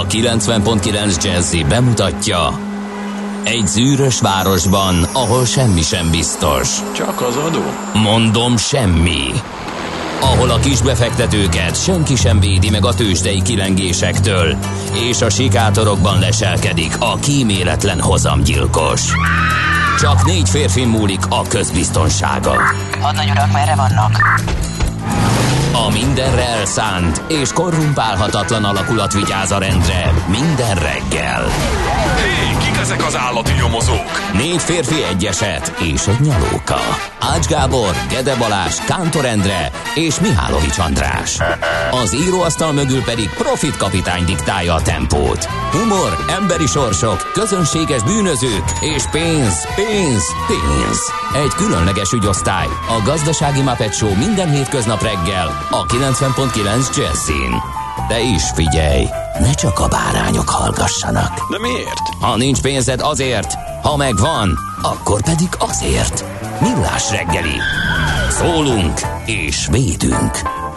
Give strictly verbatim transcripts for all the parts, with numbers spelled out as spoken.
A kilencven pont kilenc Jazzy bemutatja: egy zűrös városban, ahol semmi sem biztos. Csak az adó? Mondom, semmi. Ahol a kisbefektetőket senki sem védi meg a tőzsdei kilengésektől, és a sikátorokban leselkedik a kíméletlen hozamgyilkos. Csak négy férfin múlik a közbiztonsága. Hadnagy urak, merre vannak? A mindenre elszánt és korrumpálhatatlan alakulat vigyáz a rendre minden reggel. Hé, kik ezek az állati nyomozók? Négy férfi, egy eset és egy nyalóka. Ács Gábor, Gede Balázs, Kántor Endre és Mihálovics András. Az íróasztal mögül pedig Profit kapitány diktálja a tempót. Humor, emberi sorsok, közönséges bűnözők és pénz, pénz, pénz. Egy különleges ügyosztály, a Gazdasági Muppet Show minden hétköznap reggel a kilencven pont kilenc Jazzyn. De is figyelj, ne csak a bárányok hallgassanak. De miért? Ha nincs pénzed, azért, ha megvan, akkor pedig azért. Millás reggeli. Szólunk és védünk.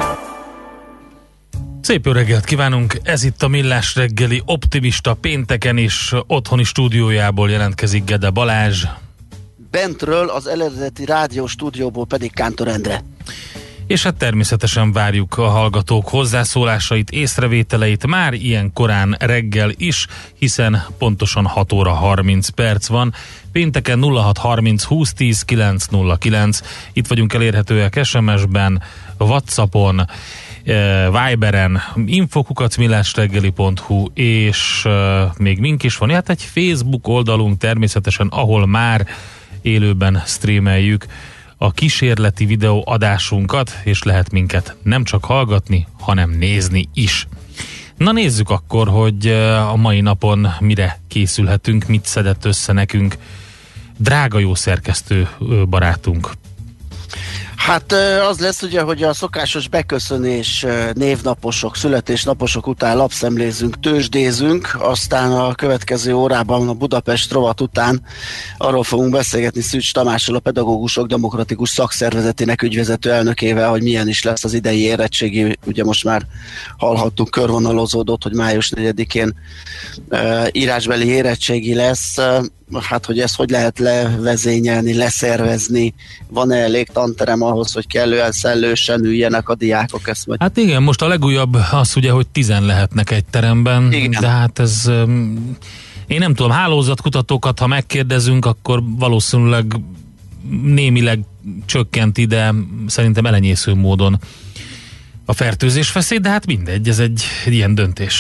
Szép jó reggelt kívánunk, ez itt a Millás reggeli optimista pénteken is, otthoni stúdiójából jelentkezik Gede Balázs. Bentről, az eredeti rádió stúdióból pedig Kántor Endre. És hát természetesen várjuk a hallgatók hozzászólásait, észrevételeit már ilyen korán reggel is, hiszen pontosan hat óra harminc perc van. Pénteken nulla hat harminc húsz tíz kilenc nulla kilenc. Itt vagyunk elérhetőek es em es-ben, WhatsAppon, Viberen, infokukac millásreggeli pont hu, és uh, még mink is van. Hát egy Facebook oldalunk természetesen, ahol már élőben streameljük a kísérleti videó adásunkat, és lehet minket nem csak hallgatni, hanem nézni is. Na nézzük akkor, hogy a mai napon mire készülhetünk, mit szedett össze nekünk drága jó szerkesztő barátunk. Hát az lesz ugye, hogy a szokásos beköszönés, névnaposok, születésnaposok után lapszemlézünk, tőzsdézünk, aztán a következő órában a Budapest rovat után arról fogunk beszélgetni Szűcs Tamással, a Pedagógusok Demokratikus Szakszervezetének ügyvezető elnökével, hogy milyen is lesz az idei érettségi. Ugye most már hallhattuk, körvonalozódott, hogy május negyedikén uh, írásbeli érettségi lesz. Hát, hogy ezt hogy lehet levezényelni, leszervezni, van-e elég tanterem ahhoz, hogy kellően szellősen üljenek a diákok, ezt majd... Hát igen, most a legújabb az ugye, hogy tizen lehetnek egy teremben, igen. De hát ez, én nem tudom, hálózatkutatókat, ha megkérdezünk, akkor valószínűleg némileg csökkent ide, szerintem elenyésző módon a fertőzés veszély, de hát mindegy, ez egy, egy ilyen döntés.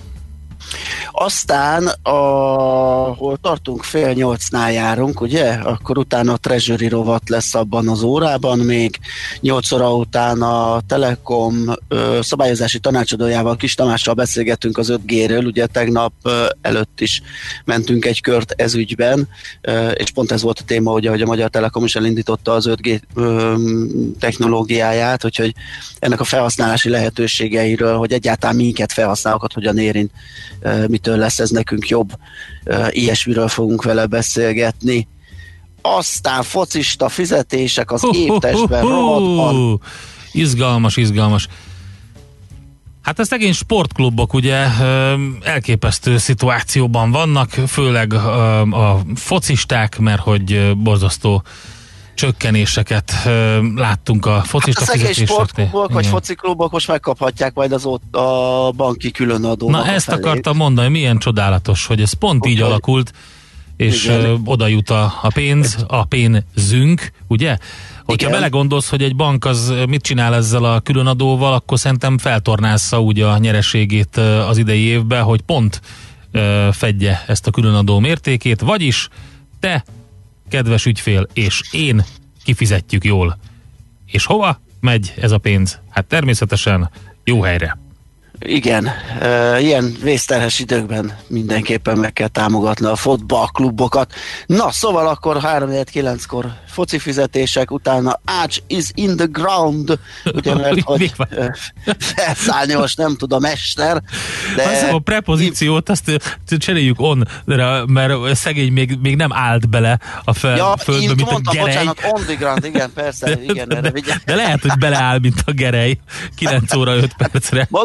Aztán, ahol tartunk, fél nyolcnál járunk, ugye? Akkor utána a Treasury rovat lesz abban az órában, még nyolc óra után a Telekom ö, szabályozási tanácsadójával, Kis Tamással beszélgetünk az öt G-ről, ugye tegnap ö, előtt is mentünk egy kört ez ügyben, ö, és pont ez volt a téma, ugye, hogy a Magyar Telekom is elindította az öt G ö, technológiáját, úgyhogy ennek a felhasználási lehetőségeiről, hogy egyáltalán minket felhasználókat hogyan érint, mitől lesz ez nekünk jobb, ilyesmiről fogunk vele beszélgetni. Aztán focista fizetések az évtestben rovatban. Izgalmas, izgalmas. Hát a szegény sportklubok ugye elképesztő szituációban vannak, főleg a focisták, mert hogy borzasztó csökkenéseket uh, láttunk a focista hát a fizetéseknél. Sportklubok vagy fociklubok most megkaphatják majd az ott a banki különadót. Na ezt felé. Akartam mondani, milyen csodálatos, hogy ez pont okay. Így alakult, és uh, oda jut a, a pénz, a pénzünk, ugye? Hogyha igen. Belegondolsz, hogy egy bank az mit csinál ezzel a különadóval, akkor szerintem feltornázza úgy a nyereségét az idei évben, hogy pont uh, fedje ezt a különadó mértékét, vagyis te, kedves ügyfél, és én kifizetjük jól. És hova megy ez a pénz? Hát természetesen jó helyre. Igen, e, ilyen vészterhes időkben mindenképpen meg kell támogatni a fotballklubokat. Na, szóval akkor három kilenckor foci fizetések, utána Ács is in the ground, ugye, mert hogy felszállni most nem tud a mester. De azt a prepozíciót azt cseréljük on, mert szegény még, még nem állt bele a fel, ja, földbe, mint mondtam, a gerej. Bocsánat, on the ground, igen, persze, igen. De, de lehet, hogy beleáll, mint a gerej, kilenc óra öt percre. Maga az ipar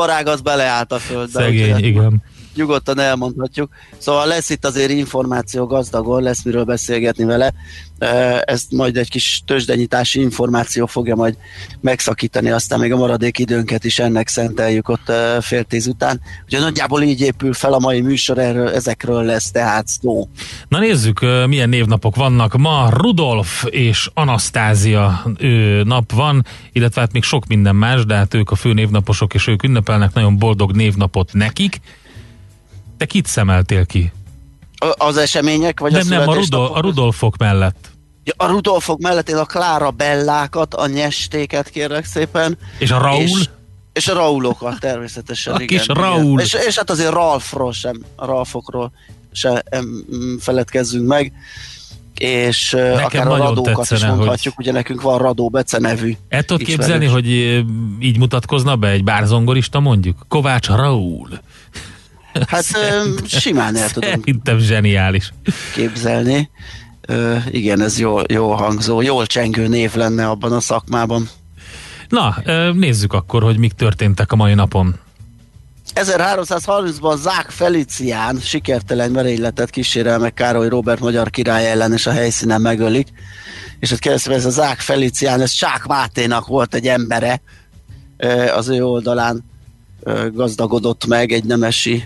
iparág az beleállt a földbe. Szegény, igen. Nyugodtan elmondhatjuk. Szóval lesz itt azért információ gazdagon, lesz miről beszélgetni vele. Ezt majd egy kis tőzsdenyitási információ fogja majd megszakítani, aztán még a maradék időnket is ennek szenteljük ott fél tíz után. Úgyhogy nagyjából így épül fel a mai műsor, erről, ezekről lesz tehát szó. Na nézzük, milyen névnapok vannak. Ma Rudolf és Anasztázia ő nap van, illetve hát még sok minden más, de hát ők a fő névnaposok, és ők ünnepelnek nagyon boldog névnapot nekik. Te kit szemeltél ki? Az események? Vagy nem, a nem, a, Rudol, a Rudolfok mellett. Ja, a Rudolfok mellett én a Klára Bellákat, a Nyestéket kérlek szépen. És a Raúl? És, és a Raulokat természetesen. A igen, kis Raúl. És, és hát azért Ralfról sem, a Ralfokról sem feledkezzünk meg. És nekem akár a Radókat tetszene, is mondhatjuk, hogy... ugye nekünk van Radó Bece nevű. El tudod képzelni, hogy így mutatkozna be egy bárzongorista mondjuk? Kovács Raúl. Hát Szerint, simán el tudom Szerintem zseniális képzelni. Ö, igen, ez jól, jól hangzó, jól csengő név lenne abban a szakmában. Na, nézzük akkor, hogy mik történtek a mai napon. ezerháromszázharmincban Zák Felicián sikertelen merényletet kísérel meg Károly Róbert magyar király ellen, és a helyszínen megölik. És ott kérdeztem, ez a Zák Felicián, ez Csák Máténak volt egy embere, az ő oldalán gazdagodott meg, egy nemesi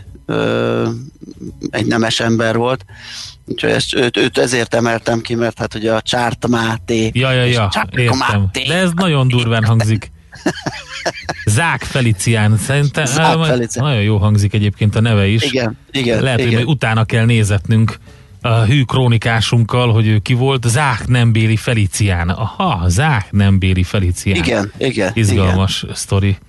egy nemes ember volt. Úgyhogy ezt, őt, őt ezért emeltem ki, mert hát ugye a Csárt Máté. Ja, ja, ja, értem. Máté. De ez nagyon durván hangzik. Zák Felicián, szerintem Zák Felicián. Nagyon jó hangzik egyébként a neve is. Igen, igen. Lehet, igen. hogy majd utána kell nézetnünk a hű krónikásunkkal, hogy ő ki volt. Zák Nembéli Felicián. Aha, Zák Nembéli Felicián. Igen, igen. Izgalmas igen. sztori.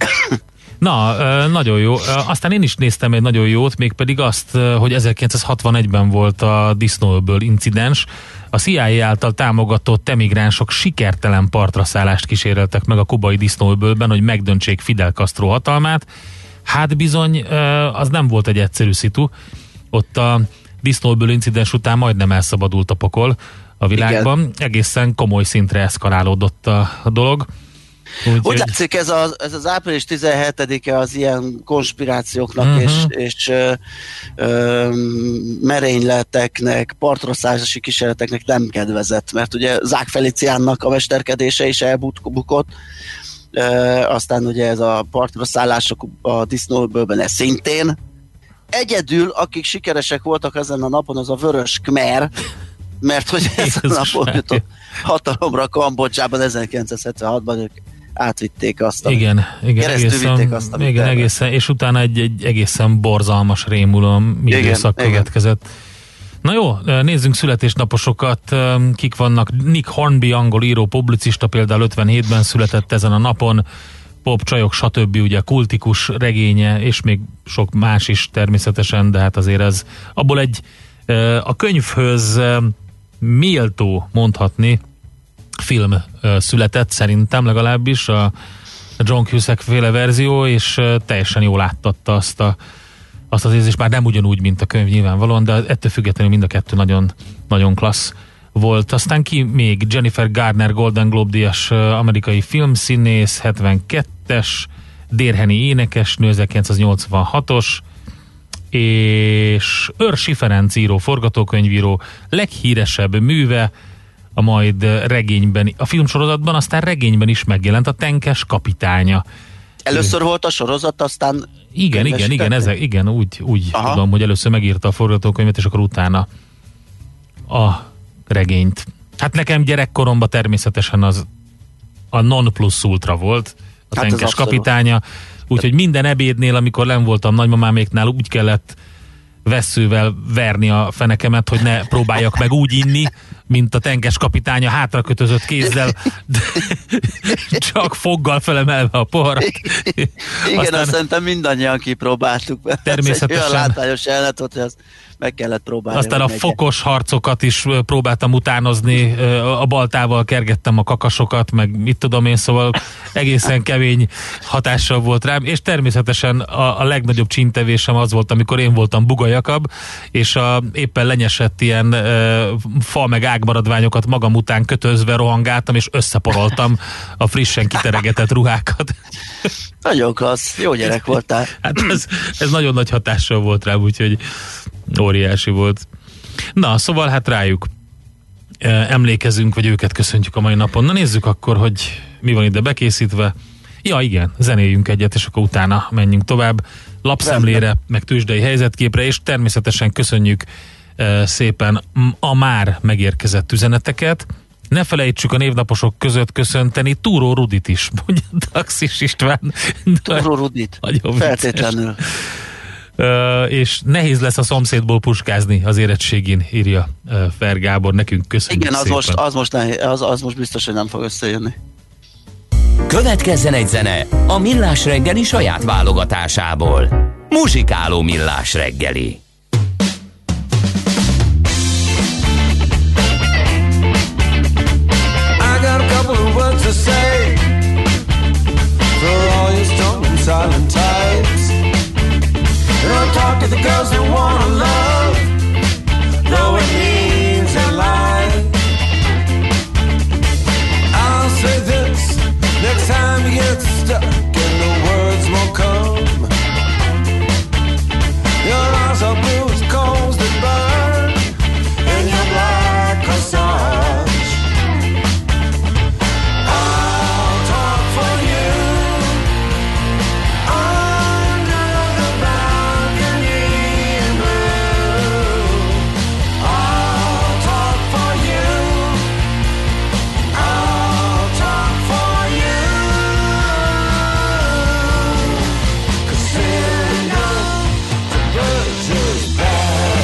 Na, nagyon jó. Aztán én is néztem egy nagyon jót, mégpedig azt, hogy ezerkilencszázhatvanegyben volt a disznóöböl incidens. A C I A által támogatott emigránsok sikertelen partraszállást kíséreltek meg a kubai disznóöbölben, hogy megdöntsék Fidel Castro hatalmát. Hát bizony, az nem volt egy egyszerű szitu. Ott a disznóöböl incidens után majdnem elszabadult a pokol a világban. Igen. Egészen komoly szintre eszkalálódott a dolog. Úgy, Úgy látszik, ez, a, ez az április tizenhetedike az ilyen konspirációknak uh-huh. és, és ö, ö, merényleteknek, partraszállási kísérleteknek nem kedvezett, mert ugye Zák Feliciánnak a mesterkedése is elbukott, ö, aztán ugye ez a partraszállások a disznóöbölben, ez szintén. Egyedül, akik sikeresek voltak ezen a napon, az a Vörös Khmer, mert hogy ezen a napon jutott hatalomra Kambodzsában ezerkilencszázhetvenhatban ők átvitték azt, a, igen, igen, egészen, azt, igen, egészen, és utána egy, egy egészen borzalmas rémulom időszak következett. Na jó, nézzünk születésnaposokat, kik vannak. Nick Hornby, angol író, publicista, például ötvenhétben született ezen a napon, pop, csajok, stb. Ugye kultikus regénye, és még sok más is természetesen, de hát azért ez abból egy a könyvhöz méltó mondhatni film született, szerintem legalábbis a John Cusack féle verzió, és teljesen jól áttatta azt, a, azt az érzést, már nem ugyanúgy, mint a könyv nyilvánvalóan, de ettől függetlenül mind a kettő nagyon, nagyon klassz volt. Aztán ki még? Jennifer Garner, Golden Globe díjas amerikai filmszínész, hetvenkettes, Dérheni énekesnő, ezerkilencszáznyolcvanhatos, és Őrsi Ferenc író, forgatókönyvíró, leghíresebb műve a majd regényben, a filmsorozatban, aztán regényben is megjelent, a Tenkes kapitánya. Először volt a sorozat, aztán igen, igen, igen, ezek, igen, úgy, úgy tudom, hogy először megírta a forgatókönyvet, és akkor utána a regényt. Hát nekem gyerekkoromban természetesen az a non plus ultra volt, a hát Tenkes kapitánya, úgyhogy minden ebédnél, amikor nem voltam nagymamáméknál, úgy kellett vesszővel verni a fenekemet, hogy ne próbáljak meg úgy inni, mint a Tenkes kapitánya hátrakötözött kézzel, csak foggal felemelve a poharat. Igen, aztán azt szerintem mindannyian kipróbáltuk. Természetesen. Olyan látványos jelenet volt, hogy azt meg kellett próbálni. Aztán a fokos harcokat is próbáltam utánozni, a baltával kergettem a kakasokat, meg mit tudom én, szóval egészen kemény hatással volt rám, és természetesen a, a legnagyobb csíntevésem az volt, amikor én voltam Buga Jakab, és a éppen lenyesett ilyen e, fa meg ágmaradványokat magam után kötözve rohangáltam, és összeporoltam a frissen kiteregetett ruhákat. Nagyon klassz, jó gyerek voltál. Hát ez, ez nagyon nagy hatással volt rám, úgyhogy óriási volt. Na, szóval hát rájuk emlékezünk, vagy őket köszöntjük a mai napon. Na nézzük akkor, hogy mi van ide bekészítve. Ja igen, zenéljünk egyet, és akkor utána menjünk tovább. Lapszemlére, meg tőzsdei helyzetképre, és természetesen köszönjük e, szépen a már megérkezett üzeneteket. Ne felejtsük a névnaposok között köszönteni Túró Rudit is, mondja Taxis István. Túró Rudit, feltétlenül. Uh, és nehéz lesz a szomszédból puskázni az érettségin, írja uh, Fer Gábor, nekünk köszönjük. Igen, az szépen. most, az, most nehéz, az, az most biztos, hogy nem fog összejönni. Következzen egy zene a Millás reggeli saját válogatásából. Muzsikáló Millás reggeli. I got a couple of words to say for all your strong and silent types. And I'll talk to the girls that wanna love, though it means a lie. I'll say this next time you get stuck and the words won't come. Your eyes are blue as coals that burn, and your black corsage. I'll talk for you under the balcony in blue. I'll talk for you. I'll talk for you. 'Cause sitting up to birds is bad.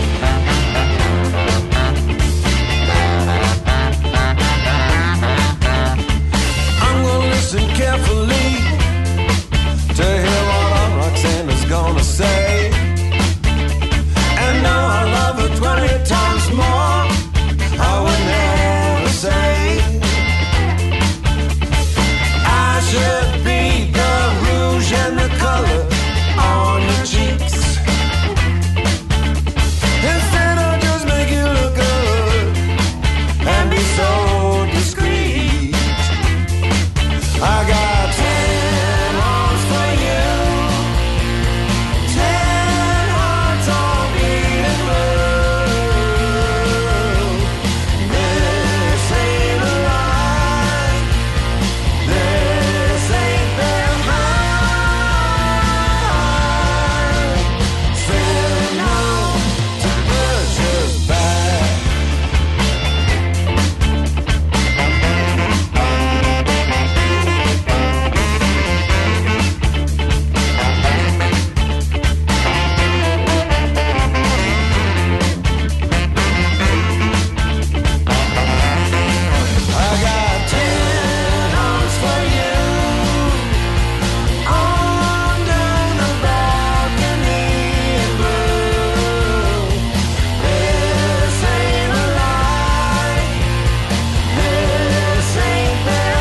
I'm gonna listen carefully to hear what our Roxanna's gonna say. And now I love her twenty times more. I would never say I should be the rouge and the color on your cheeks. Instead I'll just make you look good and be so discreet. I got ten arms for you, ten hearts all beating blue. This ain't a lie, this ain't their high. Say no to Butcher's back. I got ten arms for you under the balcony in blue. This ain't a lie, this ain't their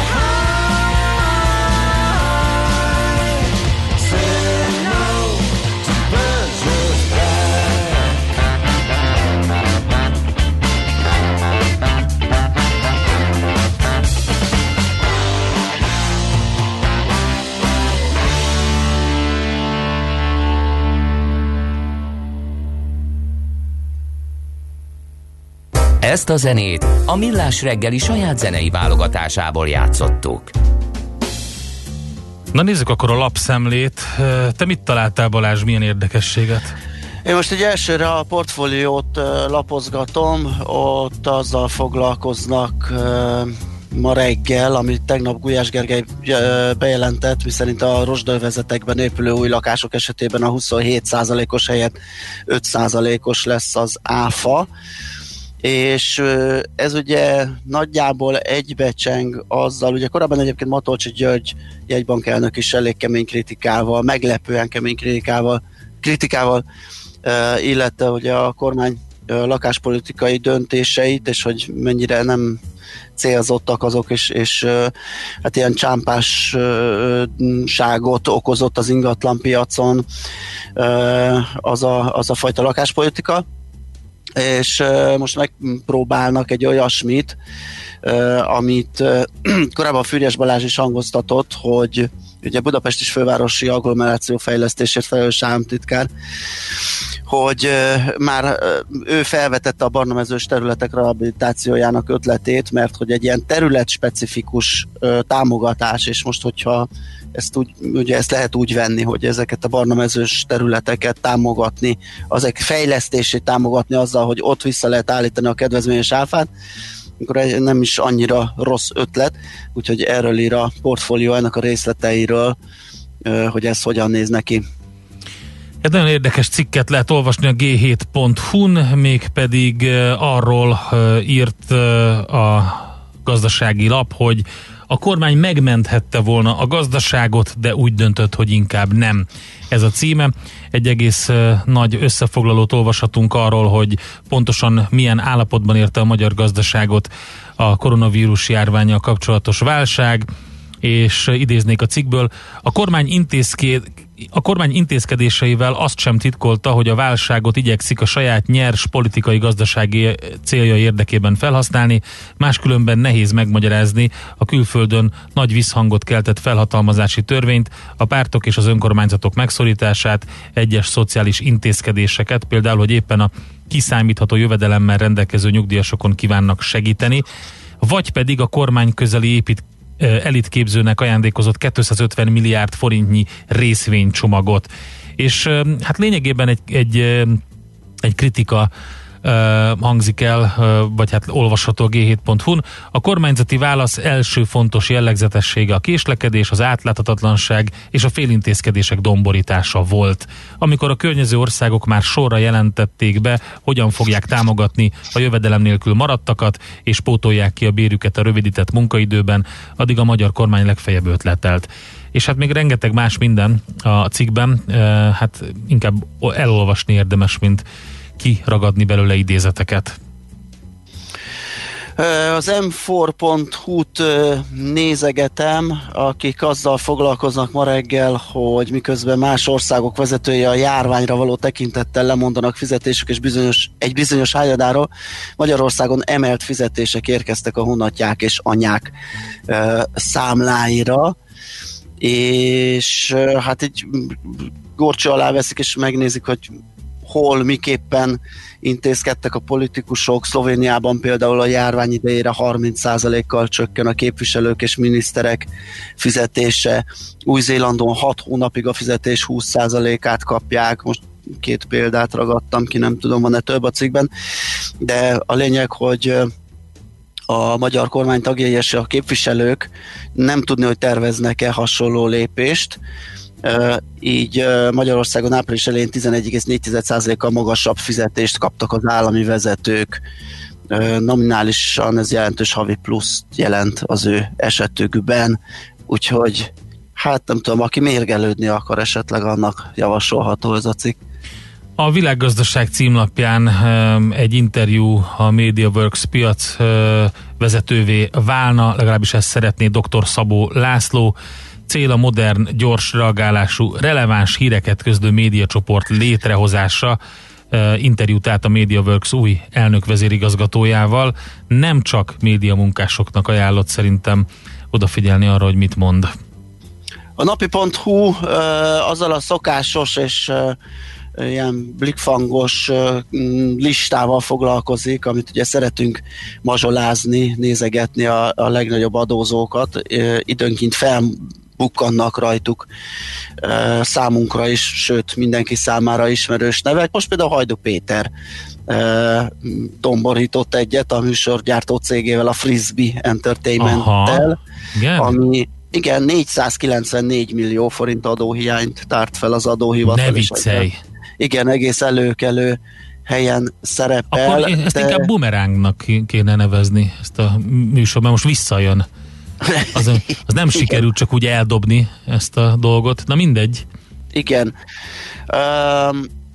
high. Say no to Butcher's back. Ezt a zenét a Millás reggeli saját zenei válogatásából játszottuk. Na nézzük akkor a lapszemlét. Te mit találtál, Balázs, milyen érdekességet? Én most egy elsőre a portfóliót uh, lapozgatom, ott azzal foglalkoznak uh, ma reggel, amit tegnap Gulyás Gergely uh, bejelentett, miszerint a rozsdövezetekben épülő új lakások esetében a huszonhét százalékos helyett öt százalékos lesz az áfa, és uh, ez ugye nagyjából egybecseng azzal, ugye korábban egyébként Matolcsy György jegybankelnök is elég kemény kritikával, meglepően kemény kritikával, kritikával illetve ugye a kormány lakáspolitikai döntéseit, és hogy mennyire nem célzottak azok, és, és hát ilyen csámpásságot okozott az ingatlanpiacon az a, az a fajta lakáspolitika, és most megpróbálnak egy olyasmit, amit korábban Füriyes Balázs is hangoztatott, hogy ugye Budapest is fővárosi agglomeráció fejlesztésért felelős államtitkár, hogy már ő felvetette a barnamezős területek rehabilitációjának ötletét, mert hogy egy ilyen területspecifikus támogatás, és most hogyha ezt, úgy, ugye ezt lehet úgy venni, hogy ezeket a barnamezős területeket támogatni, azok fejlesztését támogatni azzal, hogy ott vissza lehet állítani a kedvezményes áfát, akkor nem is annyira rossz ötlet, úgyhogy erről ír a portfólió, ennek a részleteiről, hogy ez hogyan néz neki. Egy nagyon érdekes cikket lehet olvasni a gé hét pont hu-n, mégpedig arról írt a gazdasági lap, hogy a kormány megmenthette volna a gazdaságot, de úgy döntött, hogy inkább nem. Ez a címe. Egy egész nagy összefoglalót olvashatunk arról, hogy pontosan milyen állapotban érte a magyar gazdaságot a koronavírus járvánnyal kapcsolatos válság, és idéznék a cikkből, a kormány intézké A kormány intézkedéseivel azt sem titkolta, hogy a válságot igyekszik a saját nyers politikai-gazdasági célja érdekében felhasználni, máskülönben nehéz megmagyarázni a külföldön nagy visszhangot keltett felhatalmazási törvényt, a pártok és az önkormányzatok megszorítását, egyes szociális intézkedéseket, például, hogy éppen a kiszámítható jövedelemmel rendelkező nyugdíjasokon kívánnak segíteni, vagy pedig a kormány közeli épít elitképzőnek ajándékozott kétszázötven milliárd forintnyi részvénycsomagot. És hát lényegében egy, egy, egy kritika uh, hangzik el, uh, vagy hát olvasható a gé hét pont hu-n. A kormányzati válasz első fontos jellegzetessége a késlekedés, az átláthatatlanság és a félintézkedések domborítása volt. Amikor a környező országok már sorra jelentették be, hogyan fogják támogatni a jövedelem nélkül maradtakat, és pótolják ki a bérüket a rövidített munkaidőben, addig a magyar kormány legfeljebb ötletelt. És hát még rengeteg más minden a cikkben, hát inkább elolvasni érdemes, mint kiragadni belőle idézeteket. Az em négy pont hu-t nézegetem, akik azzal foglalkoznak ma reggel, hogy miközben más országok vezetői a járványra való tekintettel lemondanak fizetések és bizonyos, egy bizonyos hányadáról, Magyarországon emelt fizetések érkeztek a honatják és anyák számláira, és hát így górcső alá veszik és megnézik, hogy hol, miképpen intézkedtek a politikusok. Szlovéniában például a járvány idejére harminc százalékkal csökken a képviselők és miniszterek fizetése. Új-Zélandon hat hónapig a fizetés húsz százalékát kapják. Most két példát ragadtam ki, nem tudom, van-e több a cikkben, de a lényeg, hogy a magyar kormány tagjai és a képviselők nem tudni, hogy terveznek-e hasonló lépést. Uh, így uh, Magyarországon április elején tizenegy egész négy százalékkal magasabb fizetést kaptak az állami vezetők. Uh, nominálisan ez jelentős havi pluszt jelent az ő esetükben, úgyhogy hát nem tudom, aki mérgelődni akar, esetleg annak javasolható ez a cikk. A Világgazdaság címlapján um, egy interjú a MediaWorks piac uh, vezetővé válna, legalábbis ezt szeretné dr. Szabó László. Cél a modern, gyors reagálású, releváns híreket közlő médiacsoport létrehozása. Uh, interjú tehát a MediaWorks új elnök vezérigazgatójával. Nem csak médiamunkásoknak ajánlott szerintem odafigyelni arra, hogy mit mond. A napi pont hu uh, azzal a szokásos és uh, ilyen blikfangos uh, listával foglalkozik, amit ugye szeretünk mazsolázni, nézegetni a, a legnagyobb adózókat. Uh, időnként felbukkannak rajtuk uh, számunkra is, sőt mindenki számára ismerős nevek. Most például Hajdú Péter uh, domborított egyet a műsorgyártó cégével, a Frisbee Entertainment-tel, ami igen, négyszázkilencvennégy millió forint adóhiányt tárt fel az adóhivatal. Ne viccelj! Igen, egész előkelő helyen szerepel. Akkor ezt de... inkább bumerángnak kéne nevezni ezt a műsor, mert most visszajön. Az, az nem sikerült csak úgy eldobni ezt a dolgot. Na mindegy. Igen. Um,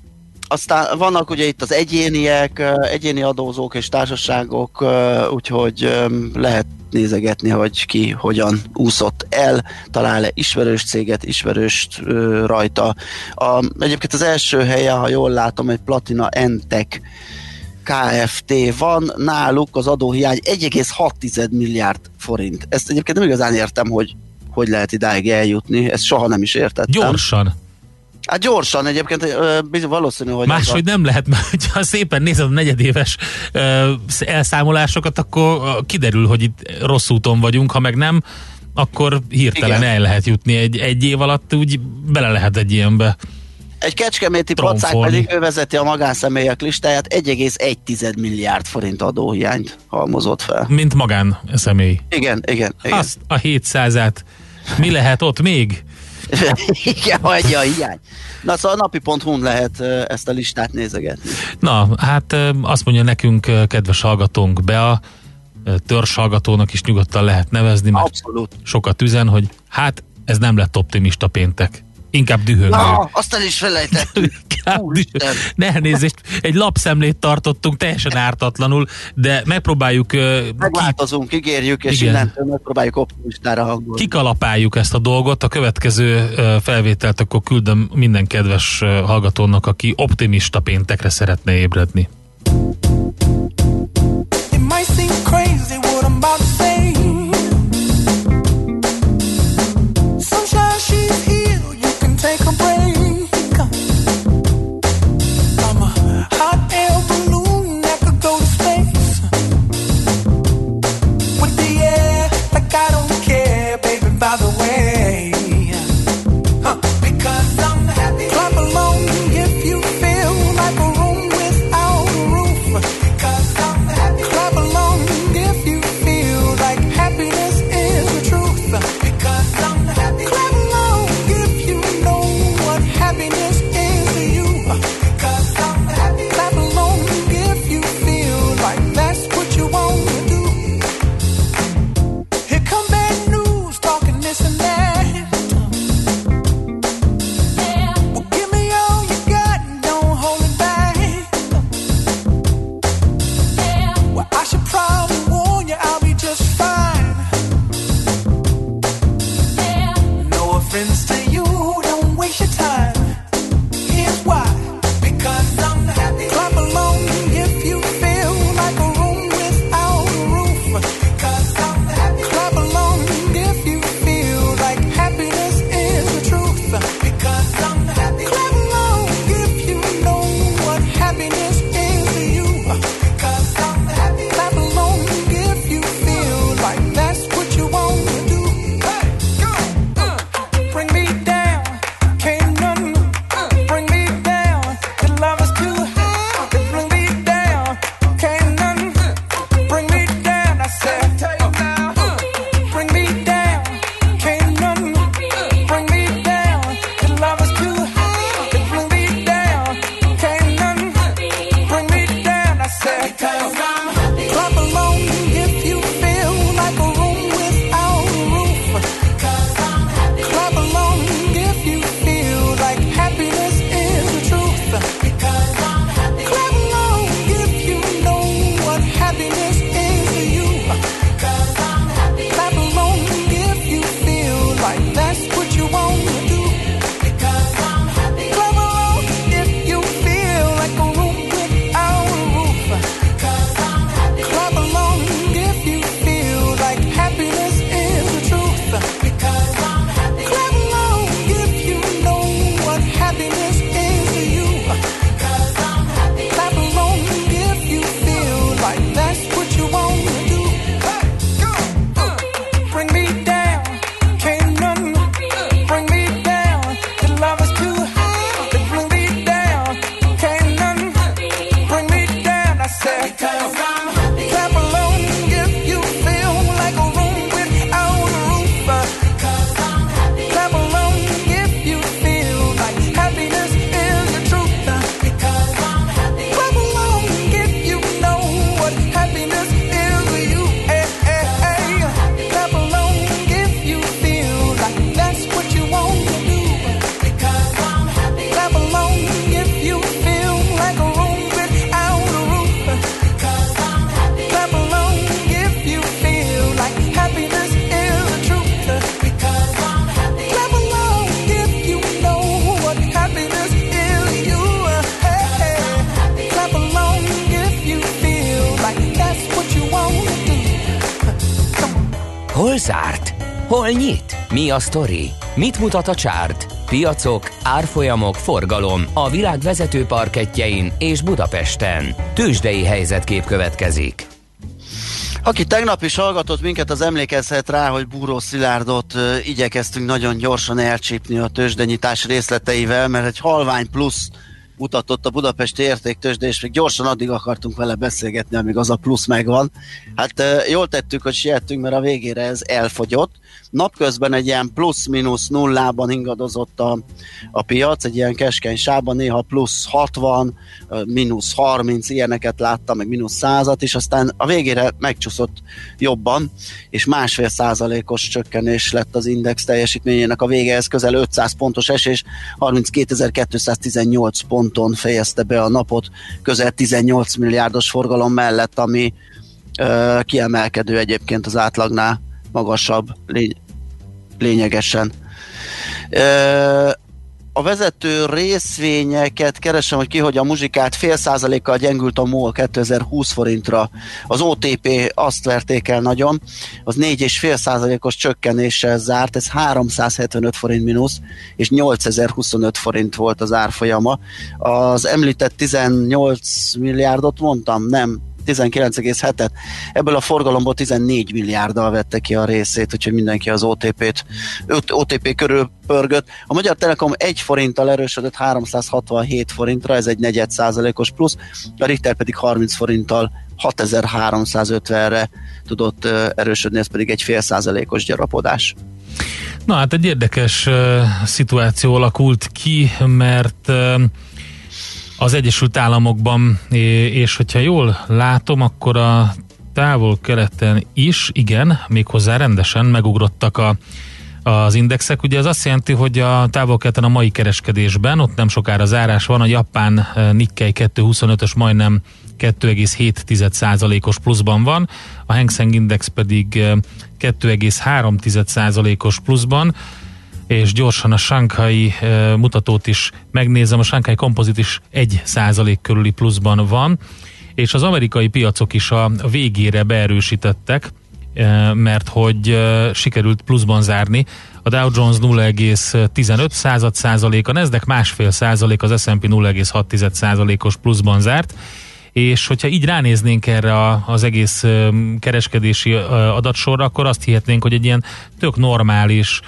Aztán vannak ugye itt az egyéniek, egyéni adózók és társaságok, úgyhogy lehet nézegetni, hogy ki hogyan úszott el, talál-e ismerős céget, ismerőst rajta. A, egyébként az első helye, ha jól látom, egy Platina Entech Kft. Van, náluk az adóhiány egy egész hat milliárd forint. Ezt egyébként nem igazán értem, hogy hogy lehet idáig eljutni, ezt soha nem is értettem. Gyorsan. Hát gyorsan egyébként valószínű, hogy... Máshogy nem lehet, mert ha szépen nézed a negyedéves elszámolásokat, akkor kiderül, hogy itt rossz úton vagyunk, ha meg nem, akkor hirtelen igen. El lehet jutni egy, egy év alatt, úgy bele lehet egy ilyenbe. Egy kecskeméti pacák pedig ő vezeti a magánszemélyek listáját, egy egész egy milliárd forint adóhiányt halmozott fel. Mint magánszemély. Igen, igen, igen. Azt a hétszázát. Mi lehet ott még? Igen, hagyja a hiány. Na szóval a napi pont hu-n lehet ezt a listát nézegetni. Na, hát azt mondja nekünk kedves hallgatónk, Bea, törzshallgatónak is nyugodtan lehet nevezni, mert abszolút. Sokat üzen, hogy hát ez nem lett optimista péntek. Inkább dühöngő. Na, azt el is felejtettük. Ne elnézést, egy lapszemlét tartottunk teljesen ártatlanul, de megpróbáljuk... Megváltozunk, ki... ígérjük, és igen. Innentől megpróbáljuk optimistára hangolni. Kikalapáljuk ezt a dolgot, a következő felvételt akkor küldöm minden kedves hallgatónak, aki optimista péntekre szeretne ébredni. It might seem crazy what I'm about to say. Sunshine, she's here, you can take a break. I'm a hot air balloon that could go to space. With the air, like I don't care, baby, by the way. Huh. Because I'm happy. Clap along if you feel like a room without a roof. Because I'm happy. Clap along if you feel like happiness is the truth. Because I'm happy. Clap along if you know what happiness is to you. Because I'm happy. Clap along if you feel like that's what you want to do. Here come bad news, talking this and that. Yeah. Well, give me all you got and don't hold it back. Yeah. Well, I should probably warn you, I'll be just fine. Yeah. No offense to you, don't waste your time. Here's why. Because I'm happy. Clap along if you feel like a room without a roof. Because I'm happy. Clap along if you feel like happiness is the truth. Because I'm happy. Clap along if you know what happiness is to you. Because I'm happy. Clap along if you feel like that's what you want to do. Hey, go. Uh, bring me down. Can't zárt? Hol nyit? Mi a sztori? Mit mutat a csárt? Piacok, árfolyamok, forgalom a világ vezető parkettjein és Budapesten. Tőzsdei helyzetkép következik. Aki tegnap is hallgatott minket, az emlékezhet rá, hogy Búró Szilárdot uh, igyekeztünk nagyon gyorsan elcsípni a tőzsdenyítás részleteivel, mert egy halvány plusz mutatott a budapesti értéktőzsde, és még gyorsan addig akartunk vele beszélgetni, amíg az a plusz megvan. Hát uh, jól tettük, hogy siettünk, mert a végére ez elfogyott. Napközben egy ilyen plusz-minusz nullában ingadozott a, a piac, egy ilyen keskeny sávban, néha plusz hatvan, mínusz harminc, ilyeneket láttam, meg mínusz százat, és aztán a végére megcsúszott jobban, és másfél százalékos csökkenés lett az index teljesítményének a végehez, közel ötszáz pontos esés, harminckétezer-kétszáztizennyolc ponton fejezte be a napot, közel tizennyolc milliárdos forgalom mellett, ami ö, kiemelkedő egyébként az átlagnál, magasabb lény- lényegesen. Ö, a vezető részvényeket keresem, hogy ki, hogy a muzsikát fél százalékkal gyengült a MOL kétezer-húsz forintra. Az o té pé azt verték el nagyon, az négy egész öt százalékos csökkenéssel zárt, ez háromszázhetvenöt forint mínusz, és nyolcezer-huszonöt forint volt az árfolyama. Az említett tizennyolc milliárdot mondtam? Nem, tizenkilenc egész hetet. Ebből a forgalomból tizennégy milliárddal vette ki a részét, úgyhogy mindenki az o té pét, o té pé körül pörgött. A Magyar Telekom egy forinttal erősödött háromszázhatvanhét forintra, ez egy negyed százalékos plusz, a Richter pedig harminc forinttal hatezer-háromszázötvenre tudott erősödni, ez pedig egy fél százalékos gyarapodás. Na hát egy érdekes uh, szituáció alakult ki, mert uh, az Egyesült Államokban, és hogyha jól látom, akkor a távol-keleten is, igen, méghozzá rendesen megugrottak a, az indexek. Ugye ez azt jelenti, hogy a távol-keleten a mai kereskedésben, ott nem sokára zárás van, a japán Nikkei kétszázhuszonötös majdnem kettő egész hét százalékos pluszban van, a Hang Seng Index pedig kettő egész három százalékos pluszban, és gyorsan a Shanghai e, mutatót is megnézem, a Shanghai Composite is egy százalék körüli pluszban van, és az amerikai piacok is a végére beerősítettek, e, mert hogy e, sikerült pluszban zárni. A Dow Jones nulla egész tizenöt százalék, a Nasdaq másfél százalék, az es and pé nulla egész hat százalékos pluszban zárt, és hogyha így ránéznénk erre a, az egész kereskedési adatsorra, akkor azt hihetnénk, hogy egy ilyen tök normális,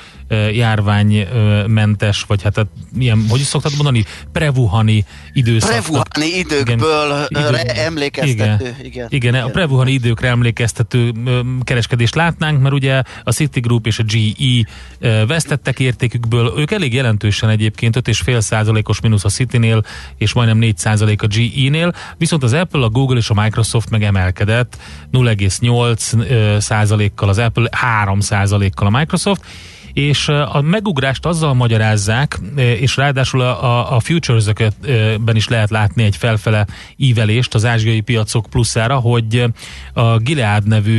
járványmentes, vagy hát ilyen, hogy is szoktad mondani, prevuhani időszak. Prevuhani időkből igen, emlékeztető. Igen, igen, igen, a prevuhani időkre emlékeztető kereskedést látnánk, mert ugye a Citigroup és a gé é vesztettek értékükből, ők elég jelentősen egyébként, öt egész öt százalékos mínusz a Citinél, és majdnem négy százalék a gé é-nél, viszont az Apple, a Google és a Microsoft meg emelkedett, nulla egész nyolc százalékkal az Apple, három százalékkal a Microsoft, és a megugrást azzal magyarázzák, és ráadásul a, a futures-ökben is lehet látni egy felfele ívelést az ázsiai piacok pluszára, hogy a Gilead nevű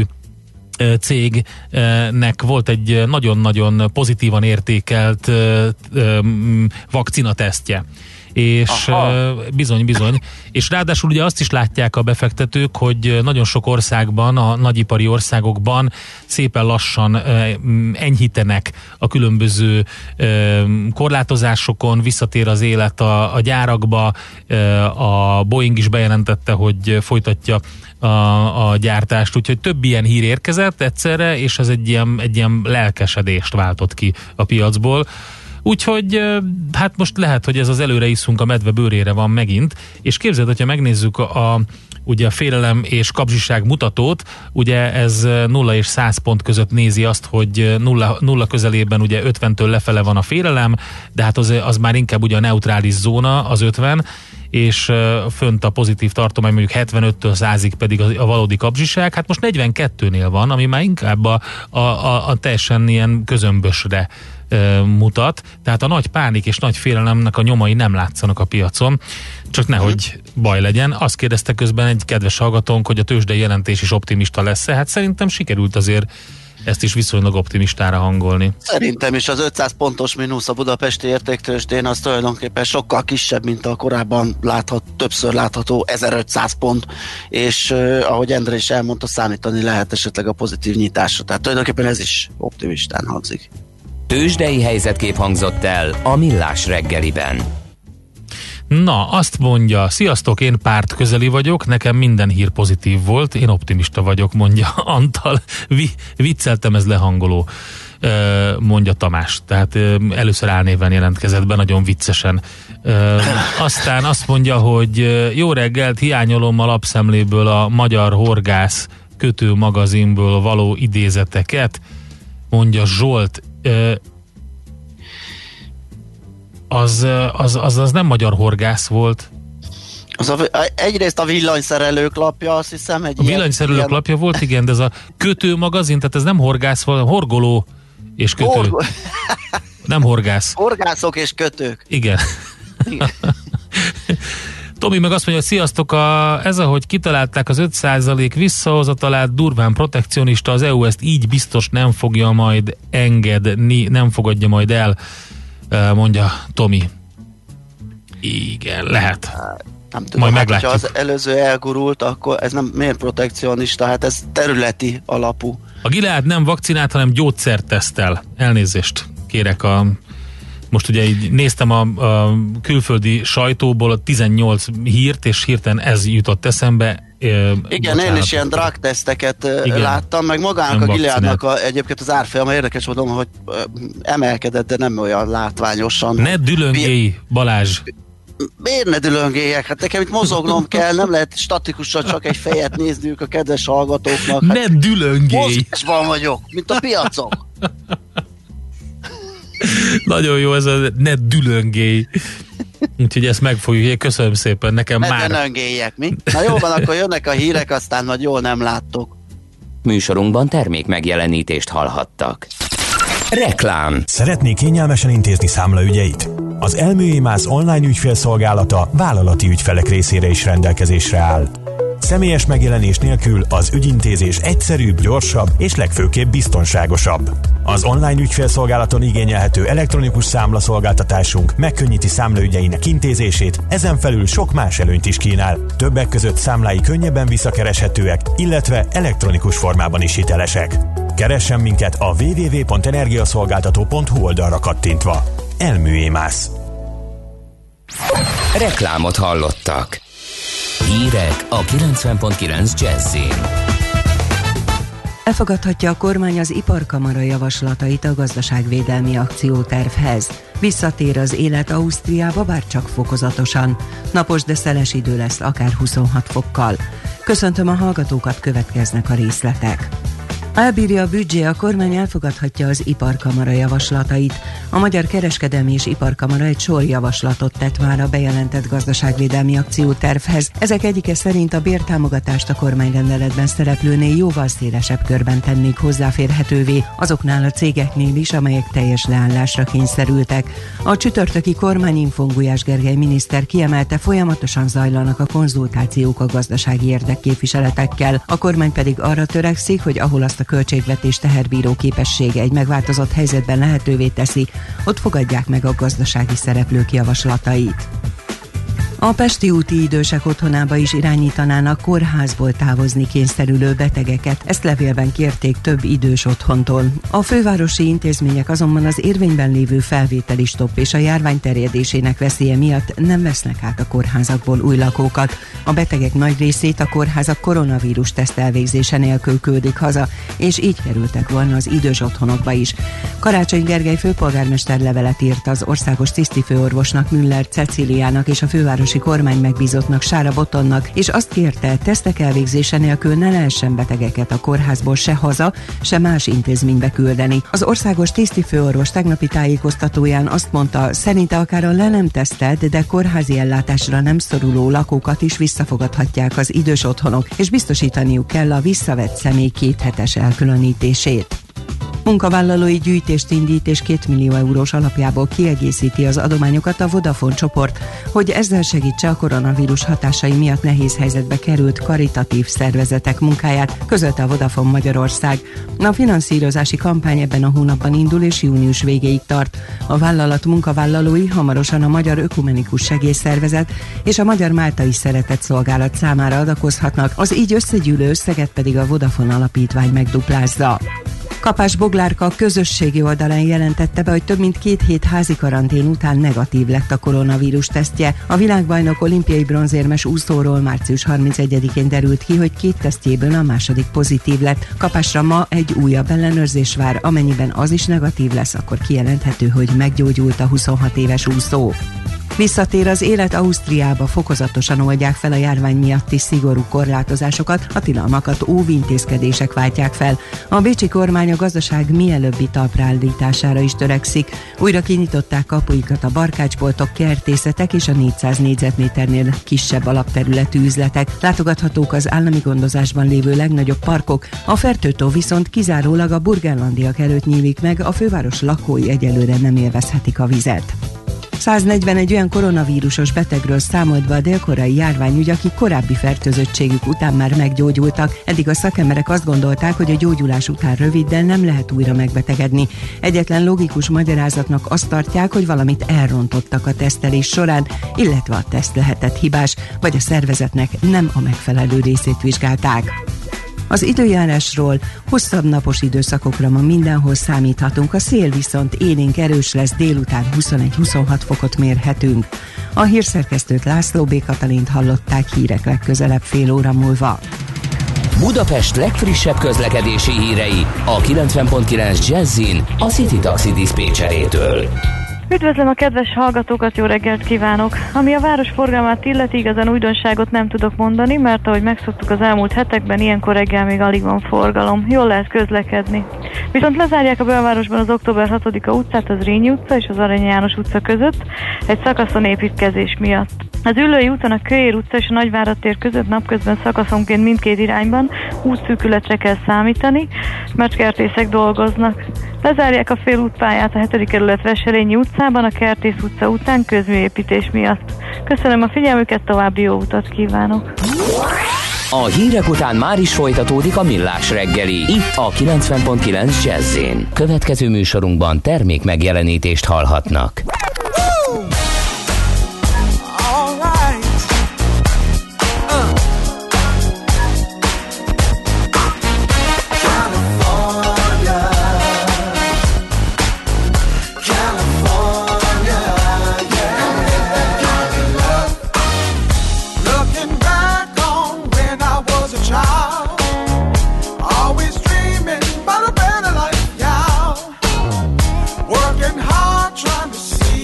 cégnek volt egy nagyon-nagyon pozitívan értékelt vakcinatesztje. És bizony-bizony. És ráadásul ugye azt is látják a befektetők, hogy nagyon sok országban, a nagyipari országokban szépen lassan enyhítenek a különböző korlátozásokon, visszatér az élet a, a gyárakba, a Boeing is bejelentette, hogy folytatja a, a gyártást, úgyhogy több ilyen hír érkezett egyszerre, és ez egy ilyen, egy ilyen lelkesedést váltott ki a piacból. Úgyhogy hát most lehet, hogy ez az előre iszunk a medve bőrére van megint, és képzeld, hogyha megnézzük a, a, ugye a félelem és kapzsiság mutatót, ugye ez nulla és száz pont között nézi azt, hogy nulla, nulla közelében ugye ötventől lefele van a félelem, de hát az, az már inkább ugye a neutrális zóna, az ötven, és fönt a pozitív tartomány mondjuk hetvenöttől százig pedig a, a valódi kapzsiság, hát most negyvenkettőnél van, ami már inkább a, a, a, a teljesen ilyen közömbösre mutat, tehát a nagy pánik és nagy félelemnek a nyomai nem látszanak a piacon, csak nehogy baj legyen. Azt kérdezte közben egy kedves hallgatónk, hogy a tőzsdei jelentés is optimista lesz-e, hát szerintem sikerült azért ezt is viszonylag optimistára hangolni. Szerintem is az ötszáz pontos mínusz a budapesti értéktőzsdén az tulajdonképpen sokkal kisebb, mint a korábban láthat, többször látható ezerötszáz pont, és uh, ahogy Endre is elmondta, számítani lehet esetleg a pozitív nyitásra, tehát tulajdonképpen ez is optimistán hangzik. Tőzsdei helyzetkép hangzott el a Millás reggeliben. Na, azt mondja, sziasztok, én párt közeli vagyok, nekem minden hír pozitív volt, én optimista vagyok, mondja Antal. Vi- vicceltem, ez lehangoló, mondja Tamás. Tehát először álnéven jelentkezett be, nagyon viccesen. Aztán azt mondja, hogy jó reggelt, hiányolom a lapszemléből a Magyar Horgász kötő magazinból való idézeteket, mondja Zsolt. Az, az, az, az nem Magyar Horgász volt. Az a, egyrészt a villanyszerelők lapja, azt hiszem. Egy a villanyszerelők ilyen... lapja volt, igen, de ez a kötő magazin, tehát ez nem horgász, hanem horgoló és kötő. Horgo... nem horgász. Horgászok és kötők. Igen. igen. Tomi meg azt mondja, hogy sziasztok, a, ez ahogy kitalálták az öt százalék visszahozatalát, durván protekcionista, az é u ezt így biztos nem fogja majd engedni, nem fogadja majd el, mondja Tomi. Igen, lehet. Nem tudom, majd hát, meglátjuk. Ha az előző elgurult, akkor ez nem miért protekcionista, hát ez területi alapú. A Gilead nem vakcinát, hanem gyógyszert tesztel. Elnézést kérek a... Most ugye így néztem a, a külföldi sajtóból a tizennyolc hírt, és hirtelen ez jutott eszembe. Igen, én is ilyen drug teszteket Igen. láttam, meg magának nem a Gileadnak a, egyébként az árfolyama érdekes mondom, hogy emelkedett, de nem olyan látványosan. Ne dülöngélj, Balázs! Miért ne dülöngéljek? Hát nekem itt mozognom kell, nem lehet statikusan csak egy fejet nézniük a kedves hallgatóknak. Hát ne dülöngélj! Mozgásban vagyok, mint a piacok. Nagyon jó ez a ne dülöngélj. Úgyhogy ezt meg fogjuk, köszönöm szépen, nekem ne már... Ne dülöngéljek, mi? Na jó van, akkor jönnek a hírek, aztán majd jól nem láttok. Műsorunkban termék megjelenítést hallhattak. Reklám. Szeretné kényelmesen intézni számlaügyeit? Az Elműémász online ügyfélszolgálata vállalati ügyfelek részére is rendelkezésre áll. Személyes megjelenés nélkül az ügyintézés egyszerűbb, gyorsabb és legfőképp biztonságosabb. Az online ügyfélszolgálaton igényelhető elektronikus számlaszolgáltatásunk megkönnyíti számlaügyeinek intézését, ezen felül sok más előnyt is kínál. Többek között számlái könnyebben visszakereshetőek, illetve elektronikus formában is hitelesek. Keressen minket a double-u double-u double-u pont energiaszolgáltató pont hu oldalra kattintva. Elműémász. Reklámot hallottak. Hírek a kilencven pont kilenc Jazzin. Elfogadhatja a kormány az Iparkamara javaslatait a gazdaságvédelmi akciótervhez. Visszatér az élet Ausztriába, bár csak fokozatosan. Napos, de szeles idő lesz, akár huszonhat fokkal. Köszöntöm a hallgatókat, következnek a részletek. Elbírja a büdzsé, a kormány elfogadhatja az Iparkamara javaslatait. A Magyar Kereskedelmi és Iparkamara egy sor javaslatot tett már a bejelentett gazdaságvédelmi akciótervhez. Ezek egyike szerint a bértámogatást a kormányrendeletben szereplőnél jóval szélesebb körben tennék hozzáférhetővé, azoknál a cégeknél is, amelyek teljes leállásra kényszerültek. A csütörtöki kormányinfón Gulyás Gergely miniszter kiemelte, folyamatosan zajlanak a konzultációk a gazdasági érdekképviseletekkel. A kormány pedig arra törekszik, hogy ahol azt a költségvetés teherbíró képessége egy megváltozott helyzetben lehetővé teszi, ott fogadják meg a gazdasági szereplők javaslatait. A pesti úti idősek otthonába is irányítanának kórházból távozni kényszerülő betegeket. Ezt levélben kérték több idős otthontól. A fővárosi intézmények azonban az érvényben lévő felvételi stopp és a járvány terjedésének veszélye miatt nem vesznek át a kórházakból új lakókat. A betegek nagy részét a kórházak koronavírus teszt elvégzése nélkül küldik haza, és így kerültek volna az idős otthonokba is. Karácsony Gergely főpolgármester levelet írt az országos tisztifőorvosnak, Müller Cecíliának és a fővárosi kormány megbízottnak, Sára Botonnak, és azt kérte, tesztek elvégzése nélkül ne lehessen betegeket a kórházból se haza, se más intézménybe küldeni. Az országos tisztifőorvos tegnapi tájékoztatóján azt mondta, szerinte akár a le nem tesztelt, de kórházi ellátásra nem szoruló lakókat is visszafogadhatják az idős otthonok, és biztosítaniuk kell a visszavett személy kéthetes elkülönítését. Munkavállalói gyűjtést indít és két millió eurós alapjából kiegészíti az adományokat a Vodafone csoport, hogy ezzel segítse a koronavírus hatásai miatt nehéz helyzetbe került karitatív szervezetek munkáját, közölte a Vodafone Magyarország. A finanszírozási kampány ebben a hónapban indul és június végéig tart. A vállalat munkavállalói hamarosan a Magyar Ökumenikus Segélyszervezet és a Magyar Máltai Szeretetszolgálat számára adakozhatnak, az így összegyűlő összeget pedig a Vodafone Alapítvány megduplázza. Kapás Boglárka a közösségi oldalán jelentette be, hogy több mint két hét házi karantén után negatív lett a koronavírus tesztje. A világbajnok olimpiai bronzérmes úszóról március harmincegyedikén derült ki, hogy két tesztjéből a második pozitív lett. Kapásra ma egy újabb ellenőrzés vár, amennyiben az is negatív lesz, akkor kijelenthető, hogy meggyógyult a huszonhat éves úszó. Visszatér az élet Ausztriába, fokozatosan oldják fel a járvány miatti szigorú korlátozásokat, a tilalmakat óvintézkedések váltják fel. A bécsi kormány a gazdaság mielőbbi talpraállítására is törekszik. Újra kinyitották kapuikat a barkácsboltok, kertészetek és a négyszáz négyzetméternél kisebb alapterületű üzletek. Látogathatók az állami gondozásban lévő legnagyobb parkok, a Fertőtó viszont kizárólag a burgenlandiak előtt nyílik meg, a főváros lakói egyelőre nem élvezhetik a vizet. száznegyvenegy olyan koronavírusos betegről számolt be a dél-koreai járványügy, akik korábbi fertőzöttségük után már meggyógyultak. Eddig a szakemberek azt gondolták, hogy a gyógyulás után röviddel nem lehet újra megbetegedni. Egyetlen logikus magyarázatnak azt tartják, hogy valamit elrontottak a tesztelés során, illetve a teszt lehetett hibás, vagy a szervezetnek nem a megfelelő részét vizsgálták. Az időjárásról: hosszabb napos időszakokra ma mindenhol számíthatunk, a szél viszont élénk erős lesz, délután huszonegy-huszonhat fokot mérhetünk. A hírszerkesztőt, László B. Katalint hallották, hírek legközelebb fél óra múlva. Budapest legfrissebb közlekedési hírei a kilencven pont kilenc Jazzin a City Taxi diszpécserétől. Üdvözlöm a kedves hallgatókat, jó reggelt kívánok! Ami a város forgalmát illeti, igazán újdonságot nem tudok mondani, mert ahogy megszoktuk az elmúlt hetekben, ilyenkor reggel még alig van forgalom. Jól lehet közlekedni. Viszont lezárják a belvárosban az október hatodika utcát az Rényi utca és az Arany János utca között egy szakaszon építkezés miatt. Az Üllői úton a Kőér utca és a Nagyvárad tér között napközben szakaszonként mindkét irányban útszűkületre kell számítani, mert kertészek dolgoznak. Lezárják a félútpályát a hetedik kerület Veselényi utcában a Kertész utca után közműépítés miatt. Köszönöm a figyelmüket, további jó utat kívánok! A hírek után már is folytatódik a Millás reggeli, itt a kilencven pont kilenc Jazz-én. Következő műsorunkban termék megjelenítést hallhatnak. Working hard, trying to see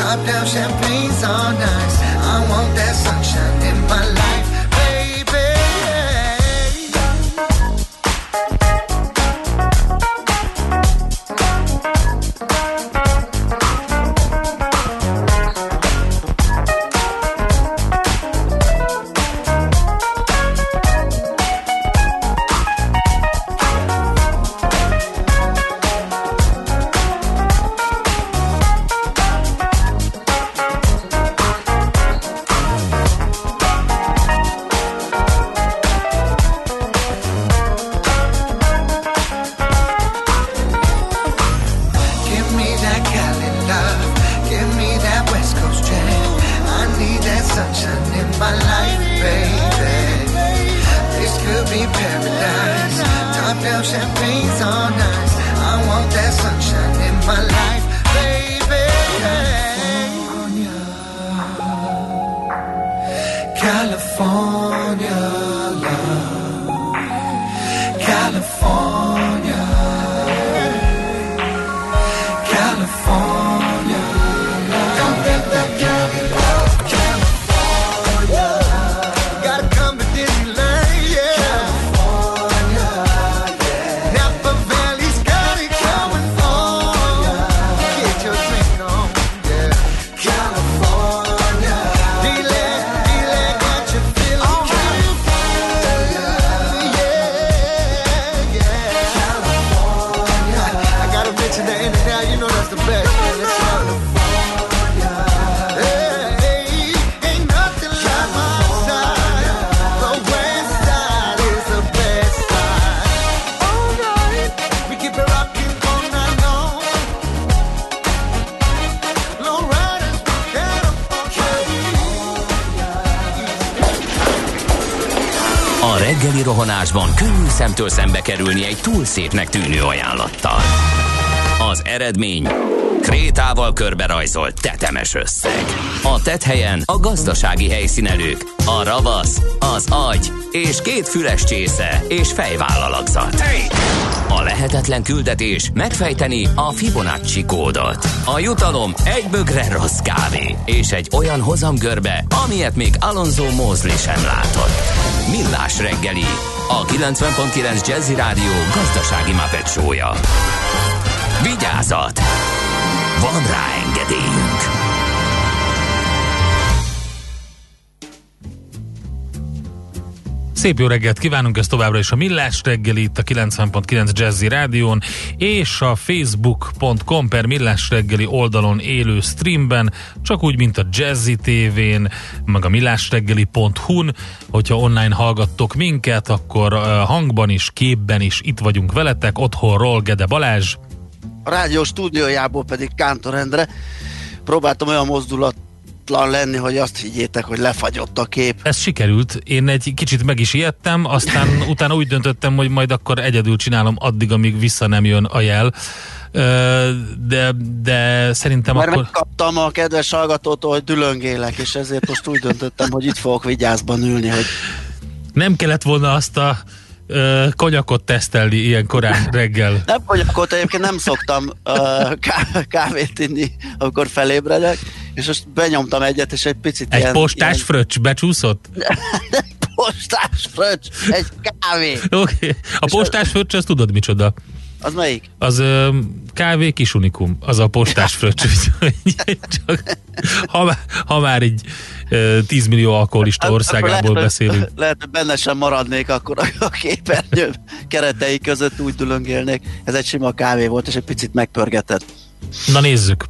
Top down champagne's all nice. I want that sunshine in my life, baby. Reggeli rohanásban könnyű szemtől szembe kerülni egy túl szépnek tűnő ajánlattal. Az eredmény krétával körberajzolt tetemes összeg. A tetthelyen a gazdasági helyszínelők, a ravasz, az agy és két füles csésze és fejvállalakzat. A lehetetlen küldetés megfejteni a Fibonacci kódot. A jutalom egy bögre rossz kávé és egy olyan hozamgörbe, amilyet még Alonso Mosley sem látott. Millás reggeli, a kilencven pont kilenc Jazzy Rádió gazdasági Muppet show-ja. Vigyázat! Van rá engedélyünk! Szép jó reggelt kívánunk, ez továbbra is a Millás reggeli itt a kilencven pont kilenc Jazzy Rádión és a facebook pont com per Millás reggeli oldalon élő streamben, csak úgy, mint a Jazzy té vén, meg a millásreggeli pont hu-n. Hogyha online hallgattok minket, akkor hangban is, képben is itt vagyunk veletek, otthonról Gede Balázs. A rádió stúdiójából pedig Kántor Endre. Próbáltam olyan mozdulat lenni, hogy azt higgyétek, hogy lefagyott a kép. Ez sikerült. Én egy kicsit meg is ijedtem, aztán utána úgy döntöttem, hogy majd akkor egyedül csinálom addig, amíg vissza nem jön a jel. De, de szerintem Már akkor... megkaptam a kedves hallgatótól, hogy dülöngélek, és ezért most úgy döntöttem, hogy itt fogok vigyázban ülni, hogy... Nem kellett volna azt a Uh, konyakot tesztelni ilyen korán reggel. Nem konyakot, egyébként nem szoktam uh, ká- kávét inni, amikor felébredek, és most benyomtam egyet, és egy picit Egy ilyen, postás ilyen... fröccs becsúszott? postás fröccs, egy kávé. Oké, okay. A és postás az... fröccs, azt tudod micsoda? Az melyik? Az uh, kávé kis unikum, az a postás fröccs. Csak, ha, ha már így uh, tíz millió alkoholista országából lehet, beszélünk. Lehet, hogy benne sem maradnék, akkor a képernyő keretei között úgy dülöngélnék. Ez egy sima kávé volt, és egy picit megpörgetett. Na nézzük.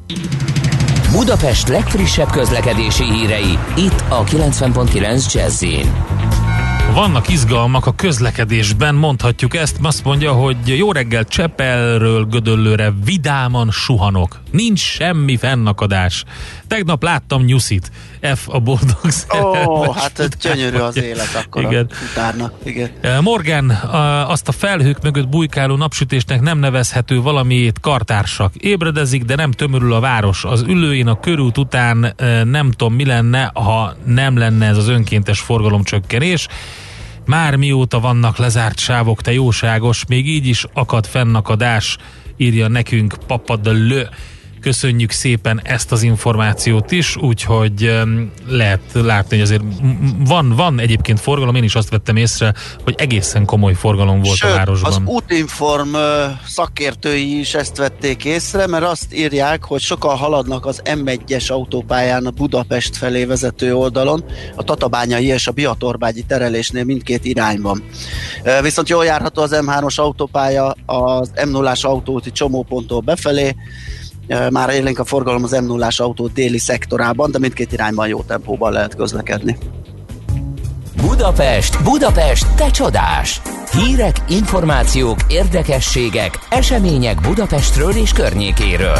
Budapest legfrissebb közlekedési hírei, itt a kilencven pont kilenc Jazzyn. Vannak izgalmak a közlekedésben, mondhatjuk ezt, azt mondja, hogy jó reggel Csepelről Gödöllőre vidáman suhanok. Nincs semmi fennakadás. Tegnap láttam Nyuszit. F a boldog szerelmes. Ó, hát gyönyörű az élet akkor igen. Utána. Igen. Morgan, azt a felhők mögött bujkáló napsütésnek nem nevezhető valamiét kartársak. Ébredezik, de nem tömörül a város. Az ülőin a körút után nem tudom mi lenne, ha nem lenne ez az önkéntes forgalomcsökkenés. Már mióta vannak lezárt sávok, te jóságos, még így is akad fennakadás, írja nekünk Papa de Lő. köszönjük szépen ezt az információt is, úgyhogy lehet látni, hogy azért van, van egyébként forgalom, én is azt vettem észre, hogy egészen komoly forgalom volt. Sőt, a városban. Az Útinform szakértői is ezt vették észre, mert azt írják, hogy sokan haladnak az em egyes autópályán a Budapest felé vezető oldalon, a Tatabányai és a Biatorbágyi terelésnél mindkét irányban. Viszont jól járható az em hármas autópálya az em nullás autóúti csomóponttól befelé, már élénk a forgalom az em nullás autó déli szektorában, de mindkét irányban jó tempóban lehet közlekedni. Budapest, Budapest, te csodás! Hírek, információk, érdekességek, események Budapestről és környékéről.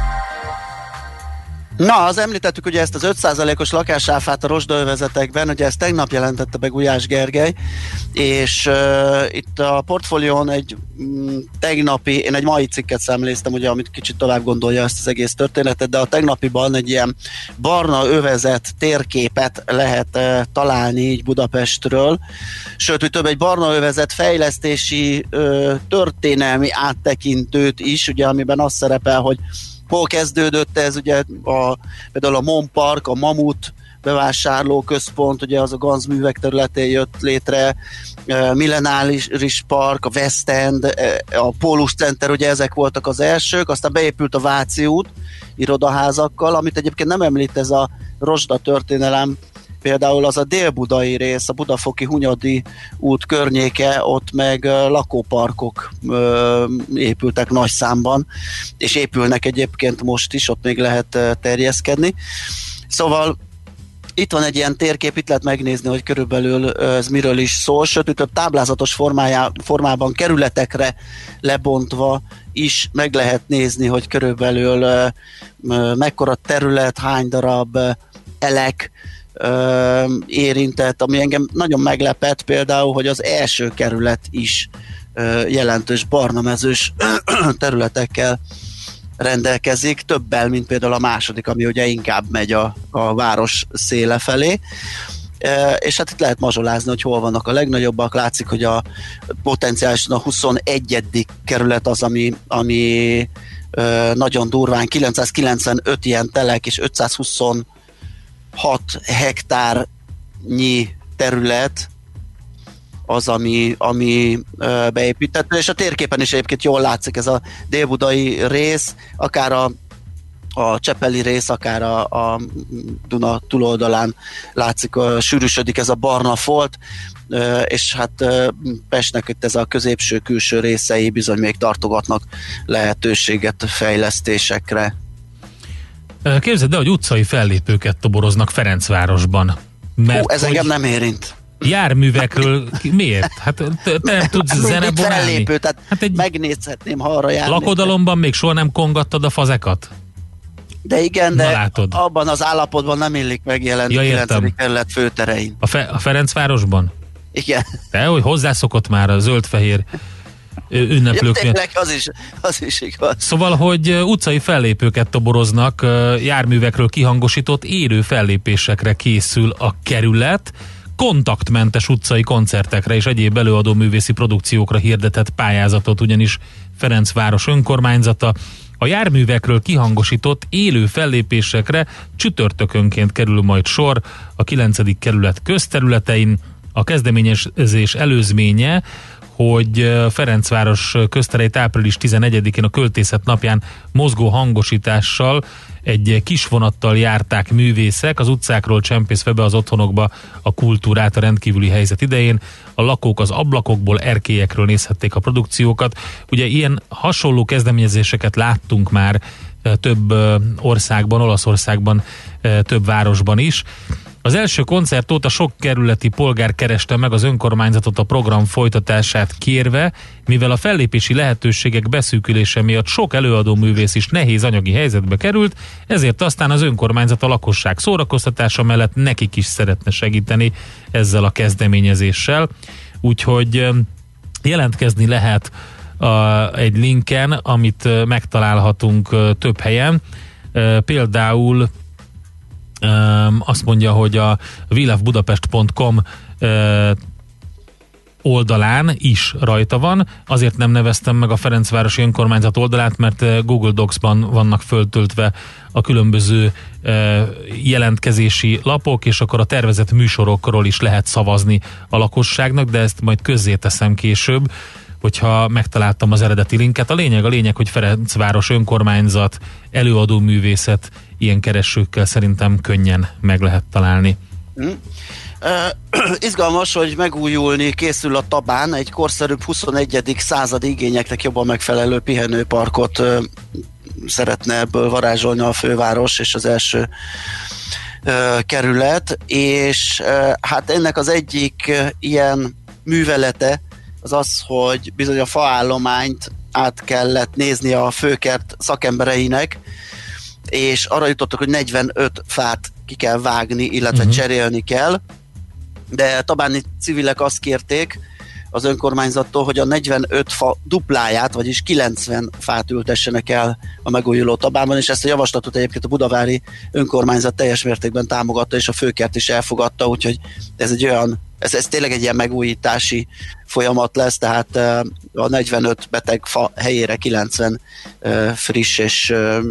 Na, az említettük ugye ezt az öt százalékos lakásáfát a rozsdaövezetekben, ugye ezt tegnap jelentette be Gulyás Gergely, és uh, itt a portfólión egy mm, tegnapi, én egy mai cikket szemléztem, ugye, amit kicsit tovább gondolja ezt az egész történetet, de a tegnapiban egy ilyen barna övezet térképet lehet uh, találni így Budapestről, sőt, hogy több egy barna övezet fejlesztési uh, történelmi áttekintőt is, ugye, amiben az szerepel, hogy hol kezdődött ez, ugye a, például a Mon Park, a Mamut bevásárlóközpont, ugye az a Ganz művek területén jött létre, uh, Millenáris Park, a West End, uh, a Pólus Center, ugye ezek voltak az elsők, aztán beépült a Váci út irodaházakkal, amit egyébként nem említ ez a rozsda történelem, például az a délbudai rész, a budafoki Hunyadi út környéke, ott meg uh, lakóparkok uh, épültek nagy számban, és épülnek egyébként most is, ott még lehet uh, terjeszkedni. Szóval itt van egy ilyen térkép, itt lehet megnézni, hogy körülbelül ez miről is szól, sőt, több táblázatos formájá, formában kerületekre lebontva is meg lehet nézni, hogy körülbelül uh, uh, mekkora terület, hány darab uh, elek uh, érintett, ami engem nagyon meglepett például, hogy az első kerület is uh, jelentős barnamezős területekkel rendelkezik, többel, mint például a második, ami ugye inkább megy a, a város széle felé. E, és hát itt lehet mazsolázni, hogy hol vannak a legnagyobbak. Látszik, hogy a potenciálisan a huszonegyedik kerület az, ami, ami e, nagyon durván, kilencszázkilencvenöt ilyen telek és ötszázhuszonhat hektárnyi terület az, ami, ami ö, beépített, és a térképen is egyébként jól látszik ez a délbudai rész, akár a, a csepeli rész, akár a, a Duna túloldalán látszik, ö, sűrűsödik ez a barna folt, ö, és hát ö, Pestnek itt ez a középső-külső részei bizony még tartogatnak lehetőséget fejlesztésekre. Képzeld el, hogy utcai fellépőket toboroznak Ferencvárosban. Mert Hú, ez hogy... engem nem érint. Járművekről, miért? Hát te nem tudsz zeneborálni? Fellépő, tehát hát egy megnézhetném, ha arra járnék. Lakodalomban még soha nem kongattad a fazekat? De igen, de abban az állapotban nem illik megjelenni ja, a kilencedik kerület főterein. A, Fe- a Ferencvárosban? Igen. De hogy hozzászokott már a zöld-fehér ünneplők. Ja, tényleg, az is, az is igaz. Szóval, hogy utcai fellépőket toboroznak, járművekről kihangosított élő fellépésekre készül a kerület, kontaktmentes utcai koncertekre és egyéb előadó művészi produkciókra hirdetett pályázatot, ugyanis Ferencváros önkormányzata a járművekről kihangosított élő fellépésekre csütörtökönként kerül majd sor a kilencedik kerület közterületein. A kezdeményezés előzménye, hogy Ferencváros köztereit április tizenegyedikén a Költészet napján mozgó hangosítással egy kis vonattal járták művészek, az utcákról csempészve be az otthonokba a kultúrát a rendkívüli helyzet idején. A lakók az ablakokból, erkélyekről nézhették a produkciókat. Ugye ilyen hasonló kezdeményezéseket láttunk már több országban, Olaszországban, több városban is. Az első koncert óta sok kerületi polgár kereste meg az önkormányzatot a program folytatását kérve, mivel a fellépési lehetőségek beszűkülése miatt sok előadó művész is nehéz anyagi helyzetbe került, ezért aztán az önkormányzat a lakosság szórakoztatása mellett nekik is szeretne segíteni ezzel a kezdeményezéssel. Úgyhogy jelentkezni lehet a, egy linken, amit megtalálhatunk több helyen. Például azt mondja, hogy a we love budapest pont com oldalán is rajta van. Azért nem neveztem meg a Ferencvárosi Önkormányzat oldalát, mert Google Docs-ban vannak föltöltve a különböző jelentkezési lapok, és akkor a tervezett műsorokról is lehet szavazni a lakosságnak, de ezt majd közzéteszem később, hogyha megtaláltam az eredeti linket. A lényeg, a lényeg, hogy Ferencváros Önkormányzat, előadó művészet, ilyen keresőkkel szerintem könnyen meg lehet találni. Mm. Uh, izgalmas, hogy megújulni készül a Tabán, egy korszerűbb huszonegyedik századi igényeknek jobban megfelelő pihenőparkot uh, szeretne ebből varázsolni a főváros és az első uh, kerület, és uh, hát ennek az egyik uh, ilyen művelete az az, hogy bizony a faállományt át kellett nézni a főkert szakembereinek, és arra jutottak, hogy negyvenöt fát ki kell vágni, illetve uh-huh. cserélni kell, de tabáni civilek azt kérték az önkormányzattól, hogy a negyvenöt fa dupláját, vagyis kilencven fát ültessenek el a megújuló Tabánban, és ezt a javaslatot egyébként a budavári önkormányzat teljes mértékben támogatta, és a főkert is elfogadta, úgyhogy ez egy olyan, ez, ez tényleg egy ilyen megújítási folyamat lesz, tehát a negyvenöt beteg fa helyére kilencven friss és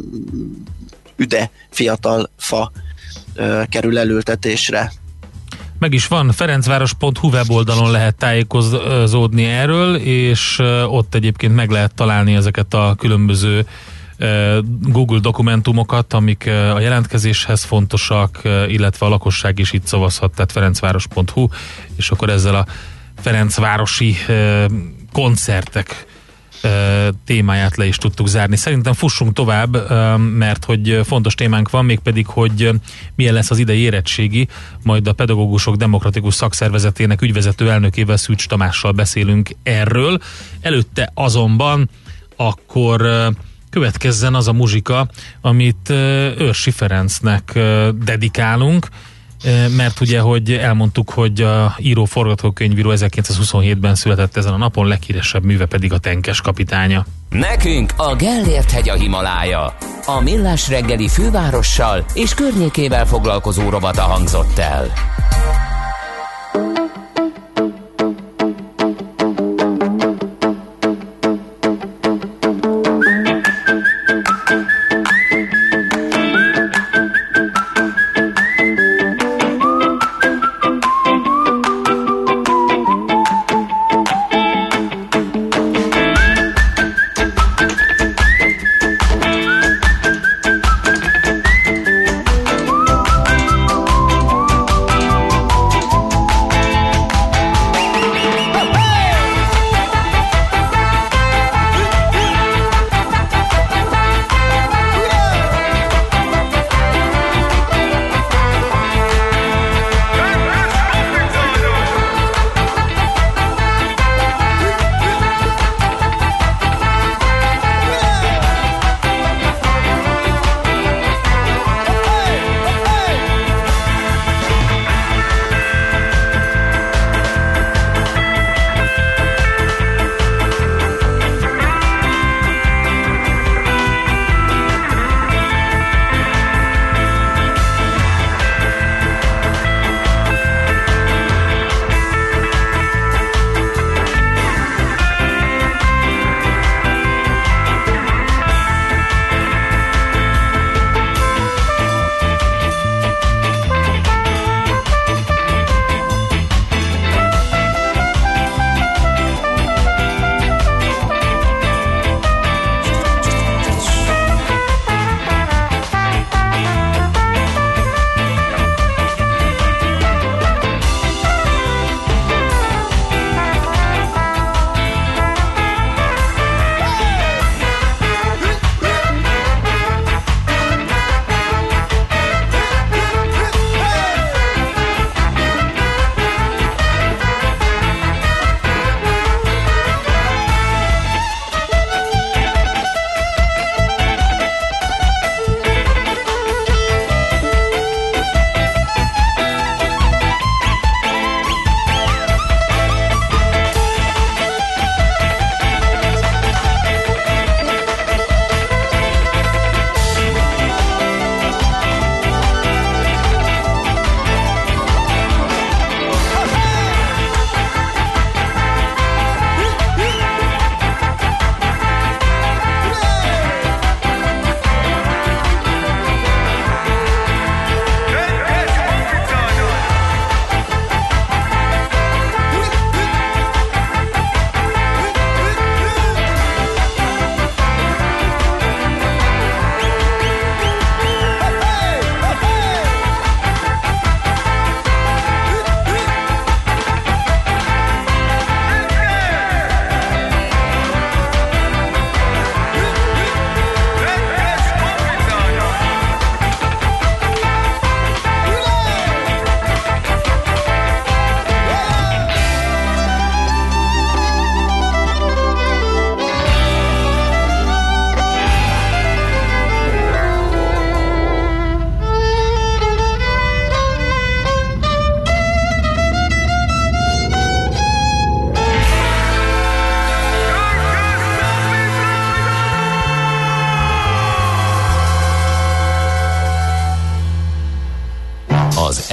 üde fiatal fa kerül elültetésre. Meg is van, ferencváros pont hu weboldalon lehet tájékozódni erről, és ott egyébként meg lehet találni ezeket a különböző Google dokumentumokat, amik a jelentkezéshez fontosak, illetve a lakosság is itt szavazhat, tehát ferencváros pont hu, és akkor ezzel a ferencvárosi koncertek témáját le is tudtuk zárni. Szerintem fussunk tovább, mert hogy fontos témánk van, mégpedig, hogy milyen lesz az idei érettségi, majd a Pedagógusok Demokratikus Szakszervezetének ügyvezető elnökével, Szűcs Tamással beszélünk erről. Előtte azonban akkor következzen az a muzsika, amit Őrsi Ferencnek dedikálunk, mert ugye, hogy elmondtuk, hogy a író forgatókönyvíró ezerkilencszázhuszonhétben született ezen a napon, leghíresebb műve pedig a Tenkes kapitánya. Nekünk a Gellért hegy a Himalája. A Millás reggeli fővárossal és környékével foglalkozó rovata hangzott el.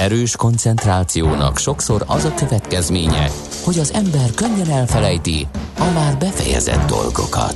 erős koncentrációnak sokszor az a következménye, hogy az ember könnyen elfelejti a már befejezett dolgokat.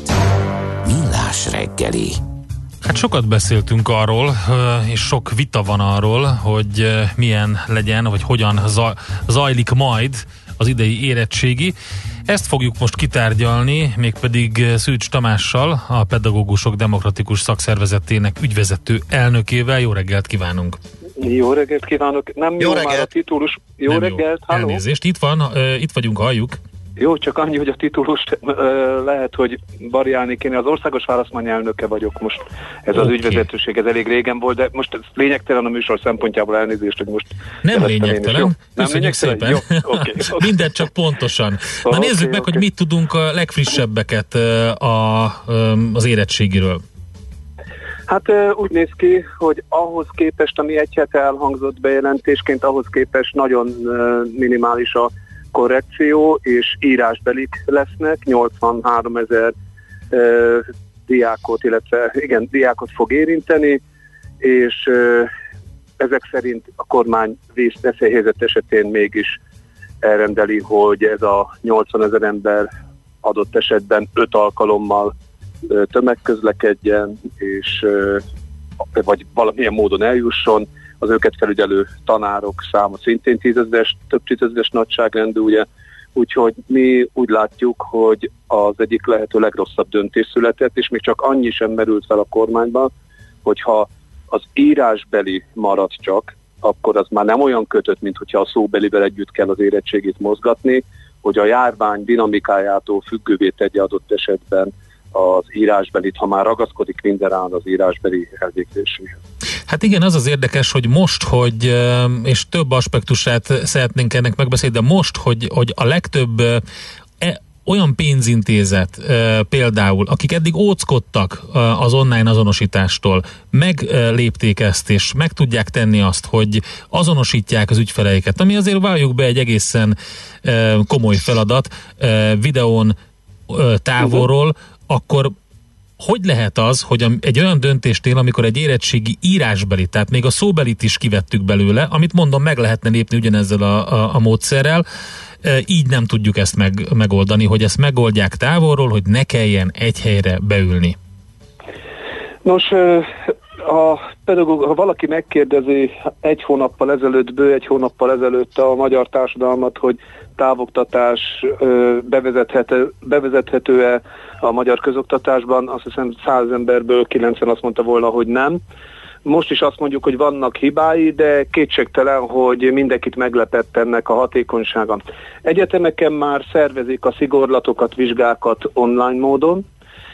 Millás reggeli. Hát sokat beszéltünk arról, és sok vita van arról, hogy milyen legyen, vagy hogyan zajlik majd az idei érettségi. Ezt fogjuk most kitárgyalni, mégpedig Szűcs Tamással, a Pedagógusok Demokratikus Szakszervezetének ügyvezető elnökével. Jó reggelt kívánunk! Jó reggelt kívánok! Nem jó, jó már a titulus. Jó Nem reggelt, jó. Halló! Elnézést, itt van, itt vagyunk, halljuk. Jó, csak annyi, hogy a titulust uh, lehet, hogy variálni kéne. Az Országos Választmány elnöke vagyok most. Ez okay. Az ügyvezetőség, ez elég régen volt, de most ez lényegtelen a műsor szempontjából, elnézést, hogy most... Nem lényegtelen. Nem lényegtelen? Szépen. Jó, okay, okay. Mindent csak pontosan. Na okay, nézzük meg, okay. hogy mit tudunk a legfrissebbeket a, az érettségiről. Hát úgy néz ki, hogy ahhoz képest, ami egy hete elhangzott bejelentésként, ahhoz képest nagyon minimális a korrekció, és írásbelik lesznek, nyolcvanháromezer e, diákot, illetve igen, diákot fog érinteni, és e, ezek szerint a kormány vészhelyzet esetén mégis elrendeli, hogy ez a nyolcvanezer ember adott esetben öt alkalommal e, tömegközlekedjen, és e, vagy valamilyen módon eljusson. Az őket felügyelő tanárok száma szintén tízezeres, több tízezeres nagyságrendű, ugye. Úgyhogy mi úgy látjuk, hogy az egyik lehető legrosszabb döntés született, és még csak annyi sem merült fel a kormányban, hogyha az írásbeli marad csak, akkor az már nem olyan kötött, mint hogyha a szóbelivel együtt kell az érettségét mozgatni, hogy a járvány dinamikájától függővé tegye adott esetben az írásbelit, ha már ragaszkodik minden áll az írásbeli elvégzéséhez. Hát igen, az az érdekes, hogy most, hogy, és több aspektusát szeretnénk ennek megbeszélni, de most, hogy, hogy a legtöbb e, olyan pénzintézet e, például, akik eddig óckodtak az online azonosítástól, meglépték ezt, és meg tudják tenni azt, hogy azonosítják az ügyfeleiket, ami azért valljuk be egy egészen e, komoly feladat, e, videón e, távolról, akkor hogy lehet az, hogy egy olyan döntésnél, amikor egy érettségi írásbeli, tehát még a szóbelit is kivettük belőle, amit mondom, meg lehetne lépni ugyanezzel a, a, a módszerrel, így nem tudjuk ezt meg, megoldani, hogy ezt megoldják távolról, hogy ne kelljen egy helyre beülni. Nos, a pedagóg, ha valaki megkérdezi egy hónappal ezelőtt, bő egy hónappal ezelőtt a magyar társadalmat, hogy távoktatás bevezethető, bevezethető-e a magyar közoktatásban, azt hiszem száz emberből kilencven azt mondta volna, hogy nem. Most is azt mondjuk, hogy vannak hibái, de kétségtelen, hogy mindenkit meglepett ennek a hatékonysága. Egyetemeken már szervezik a szigorlatokat, vizsgákat online módon,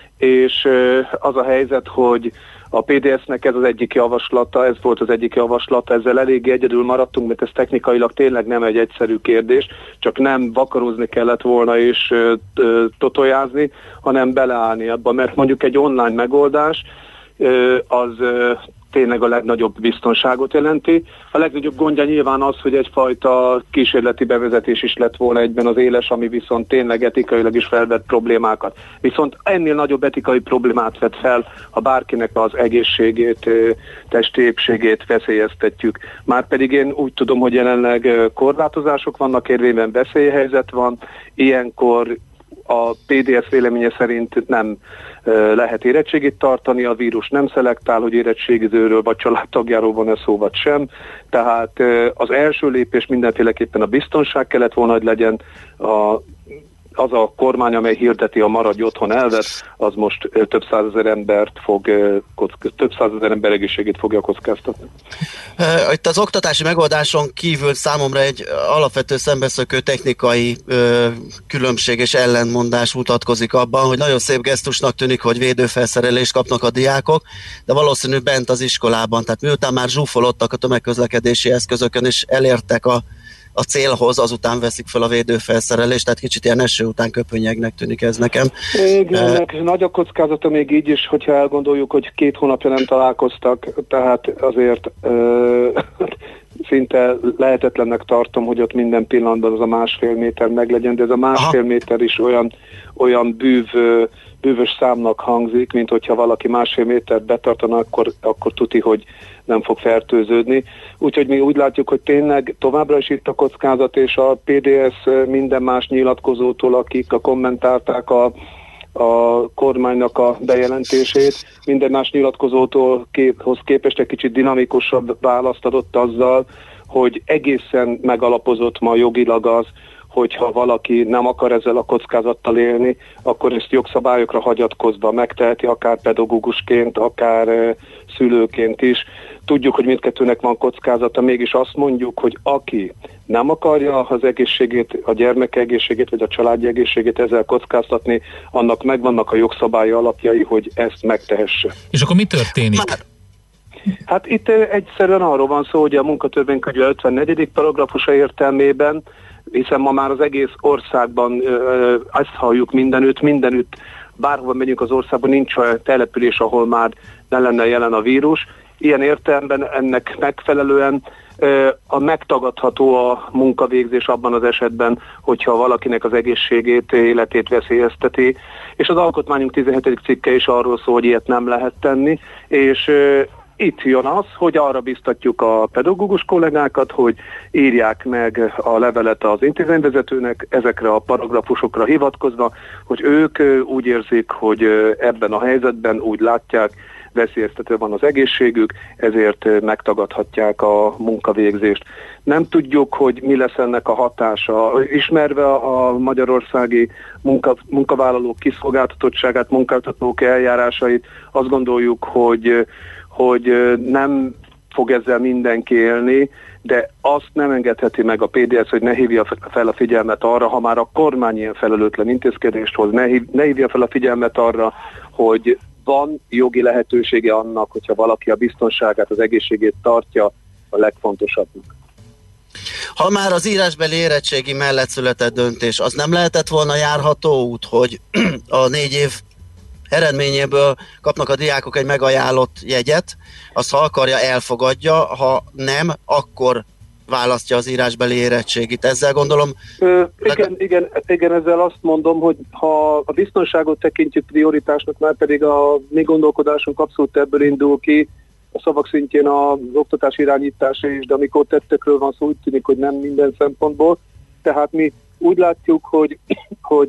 és az a helyzet, hogy a pé dé es-nek ez az egyik javaslata, ez volt az egyik javaslata, ezzel eléggé egyedül maradtunk, mert ez technikailag tényleg nem egy egyszerű kérdés, csak nem vakarozni kellett volna és ö, ö, totojázni, hanem beleállni abba, mert mondjuk egy online megoldás ö, az ö, tényleg a legnagyobb biztonságot jelenti. A legnagyobb gondja nyilván az, hogy egyfajta kísérleti bevezetés is lett volna egyben az éles, ami viszont tényleg etikailag is felvett problémákat. Viszont ennél nagyobb etikai problémát vet fel, ha bárkinek az egészségét, testi épségét veszélyeztetjük. Márpedig én úgy tudom, hogy jelenleg korlátozások vannak, érvényben veszélyhelyzet van, ilyenkor a pé dé es véleménye szerint nem uh, lehet érettségit tartani, a vírus nem szelektál, hogy érettségizőről vagy családtagjáról van-e szó, vagy sem. Tehát uh, az első lépés mindenféleképpen a biztonság kellett volna, hogy legyen. A, az a kormány, amely hirdeti a maradj otthon elvet, az most uh, több százezer embert fog, uh, kock- több százezer ember egészségét fogja kockáztatni. Uh, itt az oktatási megoldáson kívül számomra egy alapvető szembeszökő technikai uh, különbség és ellentmondás mutatkozik abban, hogy nagyon szép gesztusnak tűnik, hogy védőfelszerelést kapnak a diákok, de valószínű bent az iskolában, tehát miután már zsúfolottak a tömegközlekedési eszközökön és elértek a a célhoz, azután veszik fel a védőfelszerelést, tehát kicsit ilyen eső után köpönyegnek tűnik ez nekem. Igen, uh, nagy a kockázata még így is, hogyha elgondoljuk, hogy két hónapja nem találkoztak, tehát azért uh, szinte lehetetlennek tartom, hogy ott minden pillanatban az a másfél méter meglegyen, de ez a másfél Aha. méter is olyan, olyan bűv, bűvös számnak hangzik, mint hogyha valaki másfél métert betartana, akkor, akkor tuti, hogy nem fog fertőződni. Úgyhogy mi úgy látjuk, hogy tényleg továbbra is itt a kockázat, és a pé dé es minden más nyilatkozótól, akik a kommentálták a a kormánynak a bejelentését, minden más nyilatkozótól képhoz képest egy kicsit dinamikusabb választ adott azzal, hogy egészen megalapozott ma jogilag az, hogyha valaki nem akar ezzel a kockázattal élni, akkor ezt jogszabályokra hagyatkozva megteheti, akár pedagógusként, akár e, szülőként is. Tudjuk, hogy mindkettőnek van kockázata, mégis azt mondjuk, hogy aki nem akarja az egészségét, a gyermek egészségét, vagy a család egészségét ezzel kockáztatni, annak megvannak a jogszabályi alapjai, hogy ezt megtehesse. És akkor mi történik? Hát itt egyszerűen arról van szó, hogy a munkatörvénykönyv ötvennegyedik paragrafusa értelmében, hiszen ma már az egész országban ö, ezt halljuk mindenütt, mindenütt, bárhova megyünk az országban, nincs olyan település, ahol már ne lenne jelen a vírus. Ilyen értelemben ennek megfelelően ö, a megtagadható a munkavégzés abban az esetben, hogyha valakinek az egészségét, életét veszélyezteti, és az alkotmányunk tizenhetedik cikke is arról szól, hogy ilyet nem lehet tenni, és ö, itt jön az, hogy arra biztatjuk a pedagógus kollégákat, hogy írják meg a levelet az intézményvezetőnek ezekre a paragrafusokra hivatkozva, hogy ők úgy érzik, hogy ebben a helyzetben úgy látják, veszélyeztető van az egészségük, ezért megtagadhatják a munkavégzést. Nem tudjuk, hogy mi lesz ennek a hatása. Ismerve a magyarországi munka, munkavállalók kiszolgáltatottságát, munkáltatók eljárásait, azt gondoljuk, hogy hogy nem fog ezzel mindenki élni, de azt nem engedheti meg a pé dé es, hogy ne hívja fel a figyelmet arra, ha már a kormány ilyen felelőtlen intézkedést hoz, ne, hív, ne hívja fel a figyelmet arra, hogy van jogi lehetősége annak, hogyha valaki a biztonságát, az egészségét tartja a legfontosabbnak. Ha már az írásbeli érettségi mellett született döntés, az nem lehetett volna járható út, hogy a négy év eredményéből kapnak a diákok egy megajánlott jegyet, azt ha akarja, elfogadja, ha nem, akkor választja az írásbeli érettségit. Ezzel gondolom... Ö, igen, igen, igen, ezzel azt mondom, hogy ha a biztonságot tekintjük prioritásnak, már pedig a mi gondolkodásunk abszolút ebből indul ki, a szavak szintjén az oktatás irányítása is, de amikor tettekről van szó, úgy tűnik, hogy nem minden szempontból. Tehát mi úgy látjuk, hogy, hogy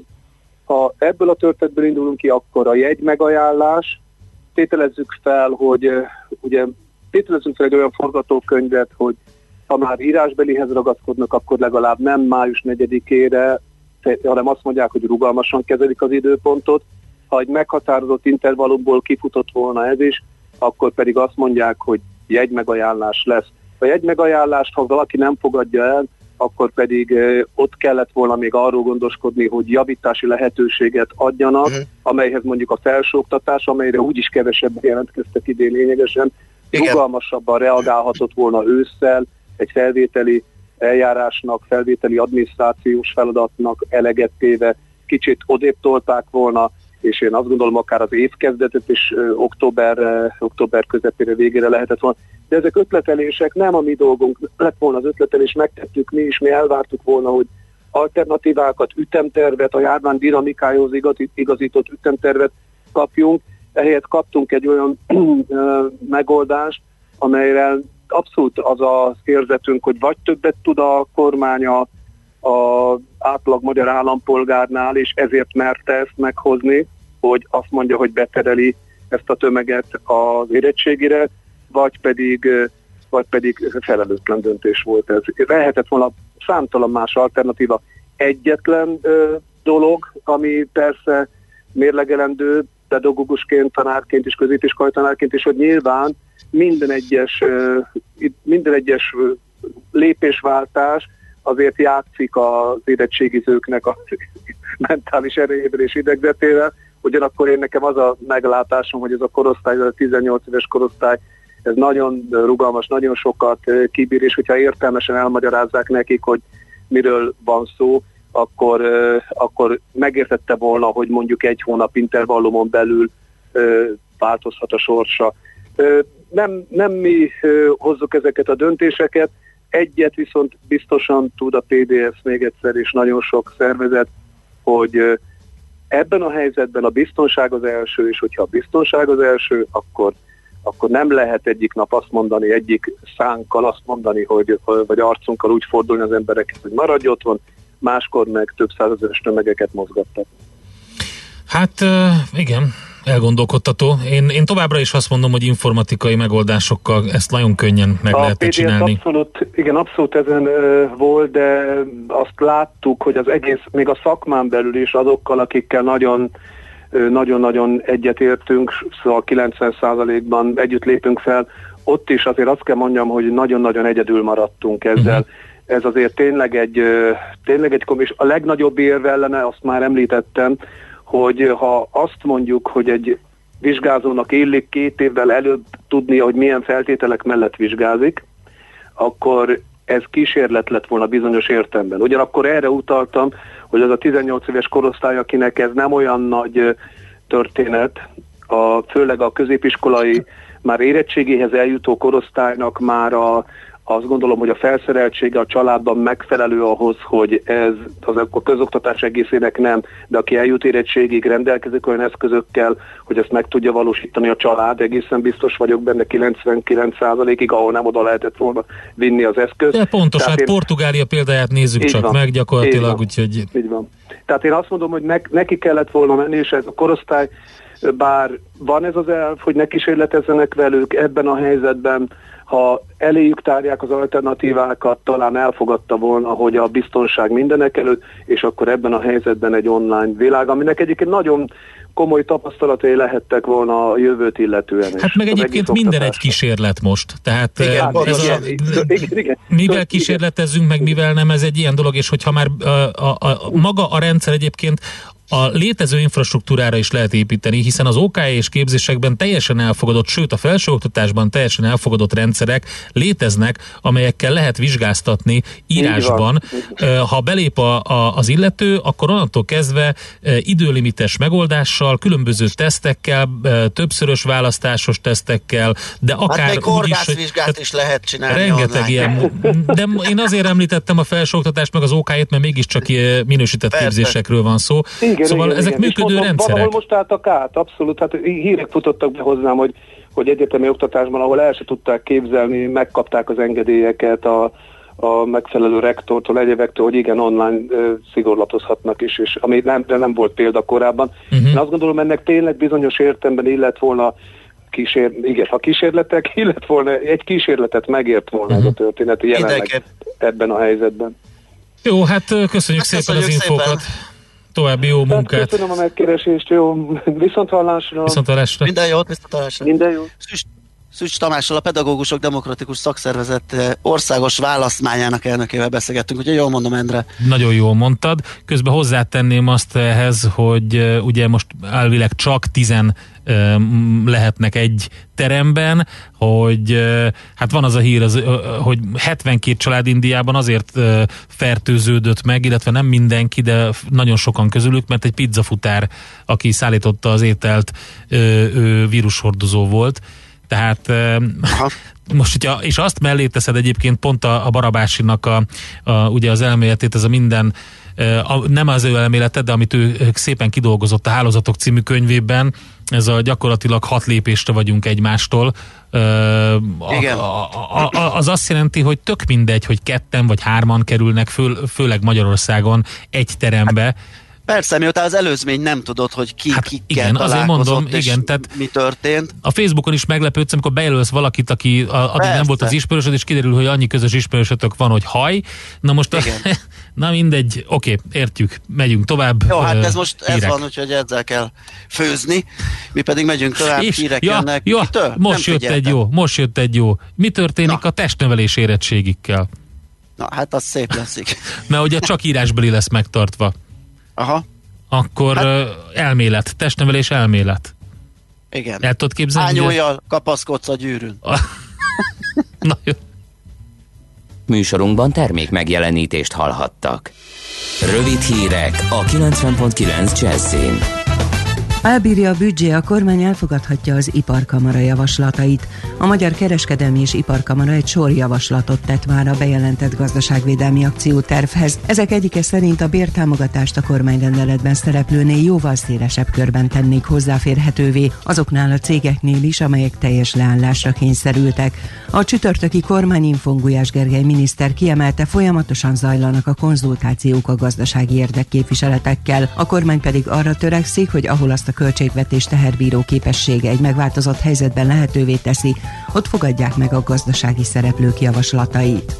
ha ebből a történetből indulunk ki, akkor a jegy megajánlás, tételezzük fel, hogy ugye tételezzünk fel egy olyan forgatókönyvet, hogy ha már írásbelihez ragaszkodnak, akkor legalább nem május negyedikére, hanem azt mondják, hogy rugalmasan kezelik az időpontot. Ha egy meghatározott intervallumból kifutott volna ez is, akkor pedig azt mondják, hogy jegymegajánlás lesz. A jegymegajánlást, ha valaki nem fogadja el, akkor pedig ott kellett volna még arról gondoskodni, hogy javítási lehetőséget adjanak, uh-huh. amelyhez mondjuk a felsőoktatás, amelyre úgyis kevesebben jelentkeztek idén lényegesen, igen. rugalmasabban reagálhatott volna ősszel, egy felvételi eljárásnak, felvételi adminisztrációs feladatnak eleget téve, kicsit odébb tolták volna, és én azt gondolom, akár az évkezdetet is ö, október, ö, október közepére, végére lehetett volna. De ezek ötletelések, nem a mi dolgunk, lett volna az ötletelés, megtettük mi is, mi elvártuk volna, hogy alternatívákat, ütemtervet, a járvány dinamikájához igazított ütemtervet kapjunk. Ehelyett kaptunk egy olyan ö, megoldást, amelyre abszolút az az érzetünk, hogy vagy többet tud a kormány a az átlag magyar állampolgárnál, és ezért merte ezt meghozni, hogy azt mondja, hogy betereli ezt a tömeget az érettségire, vagy pedig, vagy pedig felelőtlen döntés volt ez. Lehetett volna számtalan más alternatíva. Egyetlen ö, dolog, ami persze mérlegelendő pedagógusként, tanárként és középiskolai tanárként is, hogy nyilván minden egyes, ö, minden egyes lépésváltás azért játszik az érettségizőknek a mentális erejével és idegzetével. Ugyanakkor én nekem az a meglátásom, hogy ez a korosztály, ez a tizennyolc éves korosztály, ez nagyon rugalmas, nagyon sokat kibír, és hogyha értelmesen elmagyarázzák nekik, hogy miről van szó, akkor, akkor megértette volna, hogy mondjuk egy hónap intervallumon belül változhat a sorsa. Nem, nem mi hozzuk ezeket a döntéseket, egyet viszont biztosan tud a pé dé ef még egyszer, és nagyon sok szervezet, hogy ebben a helyzetben a biztonság az első, és hogyha a biztonság az első, akkor, akkor nem lehet egyik nap azt mondani, egyik szánkkal azt mondani, hogy, vagy arcunkkal úgy fordulni az emberekhez, hogy maradj otthon, máskor meg több százezeres tömegeket mozgattak. Hát igen, elgondolkodtató. Én, én továbbra is azt mondom, hogy informatikai megoldásokkal ezt nagyon könnyen meg a lehetne csinálni. Abszolút, igen, abszolút ezen uh, volt, de azt láttuk, hogy az egész, még a szakmán belül is azokkal, akikkel nagyon uh, nagyon-nagyon egyetértünk, szóval kilencven százalékban együtt lépünk fel, ott is azért azt kell mondjam, hogy nagyon-nagyon egyedül maradtunk ezzel. Uh-huh. Ez azért tényleg egy, uh, tényleg egy komis. A legnagyobb érv ellene, azt már említettem, hogy ha azt mondjuk, hogy egy vizsgázónak illik két évvel előbb tudnia, hogy milyen feltételek mellett vizsgázik, akkor ez kísérlet lett volna bizonyos értelemben. Ugyanakkor erre utaltam, hogy az a tizennyolc éves korosztály, akinek ez nem olyan nagy történet, a, főleg a középiskolai már érettségéhez eljutó korosztálynak már a azt gondolom, hogy a felszereltsége a családban megfelelő ahhoz, hogy ez az a közoktatás egészének nem, de aki eljut érettségig, rendelkezik olyan eszközökkel, hogy ezt meg tudja valósítani a család, egészen biztos vagyok benne kilencvenkilenc százalékig, ahol nem oda lehetett volna vinni az eszközt. De pontos, Tehát hát én... Portugália példáját nézzük csak van, meg gyakorlatilag, így úgyhogy... Így van. Tehát én azt mondom, hogy ne, neki kellett volna menni, és ez a korosztály, bár van ez az elv, hogy ne kísérletezzenek velük ebben a helyzetben, ha eléjük tárják az alternatívákat, talán elfogadta volna, hogy a biztonság mindenek előtt, és akkor ebben a helyzetben egy online világ, aminek egyébként nagyon komoly tapasztalatai lehettek volna a jövőt illetően. Hát meg egyébként minden egy kísérlet most. Tehát igen, ez a, igen, igen. mivel kísérletezzünk, meg mivel nem, ez egy ilyen dolog, és hogyha már a, a, a, maga a rendszer egyébként a létező infrastruktúrára is lehet építeni, hiszen az o ká és képzésekben teljesen elfogadott, sőt a felsőoktatásban teljesen elfogadott rendszerek léteznek, amelyekkel lehet vizsgáztatni írásban. Ha belép a, a, az illető, akkor onnantól kezdve időlimites megoldással, különböző tesztekkel, többszörös választásos tesztekkel, de akár hát még úgy is, horgászvizsgát is lehet csinálni. Rengeteg ilyen. De én azért említettem a felsőoktatást meg az o ká-t, mert mégiscsak minősített Persze. képzésekről van szó. Igen, szóval igen, ezek igen. működő és rendszerek. Valahol most álltak át, abszolút. Hát hírek futottak be hozzám, hogy, hogy egyetemi oktatásban, ahol el se tudták képzelni, megkapták az engedélyeket a, a megfelelő rektortól, egyebektől, hogy igen, online uh, szigorlatozhatnak is, és ami nem, de nem volt példa korábban. Uh-huh. Én azt gondolom, ennek tényleg bizonyos értelemben illet volna kísér, igen, ha kísérletek, illet volna, egy kísérletet megért volna uh-huh. ez a történet jelenleg ebben a helyzetben. Jó, hát köszönjük hát szépen az infókat. Szépen. További jó munkát. Köszönöm a megkeresést, jó. Viszonthallásra. Viszonthallásra. Minden jót, viszonthallásra. Minden jót. Szücs, Szücs Tamással, a Pedagógusok Demokratikus Szakszervezet országos választmányának elnökével beszélgettünk, ugye jól mondom, Endre? Nagyon jól mondtad. Közben hozzátenném azt ehhez, hogy ugye most elvileg csak tizen lehetnek egy teremben, hogy hát van az a hír, az, hogy hetvenkét család Indiában azért fertőződött meg, illetve nem mindenki, de nagyon sokan közülük, mert egy pizzafutár, aki szállította az ételt, ő vírushordozó volt. Tehát Aha. most, hogyha, és azt mellé teszed egyébként pont a, a Barabásinak a, a, ugye az elméletét, ez a minden, a, nem az ő elmélete, de amit ő szépen kidolgozott a Hálózatok című könyvében, ez a gyakorlatilag hat lépésre vagyunk egymástól. Igen. A, a, a, az azt jelenti, hogy tök mindegy, hogy ketten vagy hárman kerülnek, föl, főleg Magyarországon egy terembe. Hát, persze, miután az előzmény nem tudod, hogy ki hát kikkel igen, azért mondom, igen, tehát mi történt. A Facebookon is meglepődsz, amikor bejelölsz valakit, aki a, addig persze. nem volt az ismerősöd, és kiderül, hogy annyi közös ismerősötök van, hogy haj. Na most, a, na mindegy, oké, értjük, megyünk tovább. Jó, hát ez most hírek. Ez van, úgyhogy ezzel kell főzni. Mi pedig megyünk tovább, és, hírek ja, jönnek. Ja, most jött egy jó, most jött egy jó. Mi történik na. a testnevelés érettségikkel? Na, hát az szép leszik. Mert ugye csak írásbeli lesz megtartva. Aha. Akkor hát, elmélet, testnevelés elmélet. Igen. El tudod képzelni? Ányójjal kapaszkodsz a gyűrűn. Na jó. Műsorunkban termék megjelenítést hallhattak. Rövid hírek a kilencven pont kilenc Jazzin. Elbírja a büdzsé, a kormány elfogadhatja az iparkamara javaslatait. A Magyar Kereskedelmi és Iparkamara egy sor javaslatot tett már a bejelentett gazdaságvédelmi akciótervhez. Ezek egyike szerint a bértámogatást a kormányrendeletben szereplőnél jóval szélesebb körben tennék hozzáférhetővé, azoknál a cégeknél is, amelyek teljes leállásra kényszerültek. A csütörtöki kormányinfón Gulyás Gergely miniszter kiemelte, folyamatosan zajlanak a konzultációk a gazdasági érdekképviseletekkel. A kormány pedig arra törekszik, hogy ahol azt a költségvetés teherbíró képessége egy megváltozott helyzetben lehetővé teszi, ott fogadják meg a gazdasági szereplők javaslatait.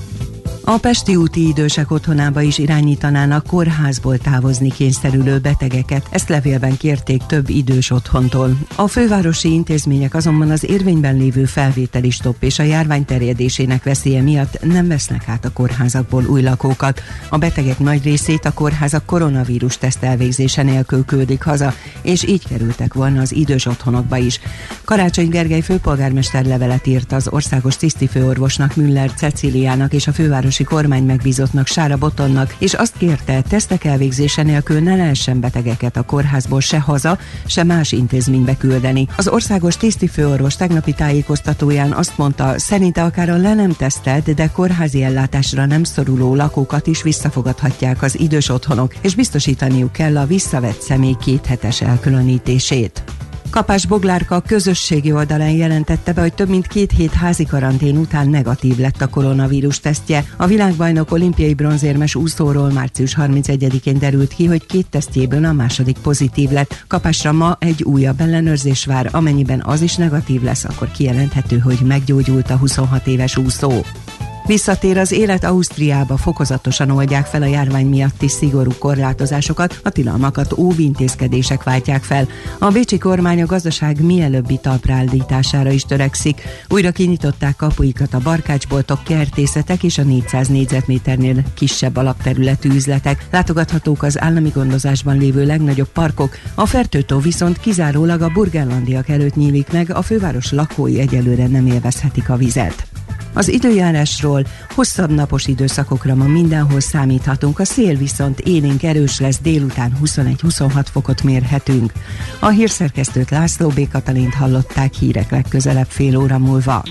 A pesti úti idősek otthonába is irányítanának kórházból távozni kényszerülő betegeket. Ezt levélben kérték több idős otthontól. A fővárosi intézmények azonban az érvényben lévő felvételi stopp és a járvány terjedésének veszélye miatt nem vesznek át a kórházakból új lakókat. A betegek nagy részét a kórházak koronavírus teszt elvégzése nélkül küldik haza, és így kerültek volna az idős otthonokba is. Karácsony Gergely főpolgármester levelet írt az országos tisztifőorvosnak, Müller Cecíliának és a fővárosi kormány megbízottnak, Sára Bottonnak, és azt kérte, tesztek elvégzése nélkül ne lehessen betegeket a kórházból se haza, se más intézménybe küldeni. Az országos tisztifőorvos tegnapi tájékoztatóján azt mondta, szerinte akár a le nem tesztelt, de kórházi ellátásra nem szoruló lakókat is visszafogadhatják az idős otthonok, és biztosítaniuk kell a visszavett személy kéthetes elkülönítését. Kapás Boglárka a közösségi oldalán jelentette be, hogy több mint két hét házi karantén után negatív lett a koronavírus tesztje. A világbajnok olimpiai bronzérmes úszóról március harmincegyedikén derült ki, hogy két tesztjéből a második pozitív lett. Kapásra ma egy újabb ellenőrzés vár, amennyiben az is negatív lesz, akkor kijelenthető, hogy meggyógyult a huszonhat éves úszó. Visszatér az élet Ausztriába, fokozatosan oldják fel a járvány miatti szigorú korlátozásokat, a tilalmakat óvintézkedések váltják fel. A bécsi kormány a gazdaság mielőbbi talpraállítására is törekszik. Újra kinyitották kapuikat a barkácsboltok, kertészetek és a négyszáz négyzetméternél kisebb alapterületű üzletek. Látogathatók az állami gondozásban lévő legnagyobb parkok, a Fertőtó viszont kizárólag a burgenlandiak előtt nyílik meg, a főváros lakói egyelőre nem élvezhetik a vizet. Az időjárásról: hosszabb napos időszakokra ma mindenhol számíthatunk, a szél viszont élénk erős lesz, délután huszonegy-huszonhat fokot mérhetünk. A hírszerkesztőt, László B. Katalint hallották, hírek legközelebb fél óra múlva.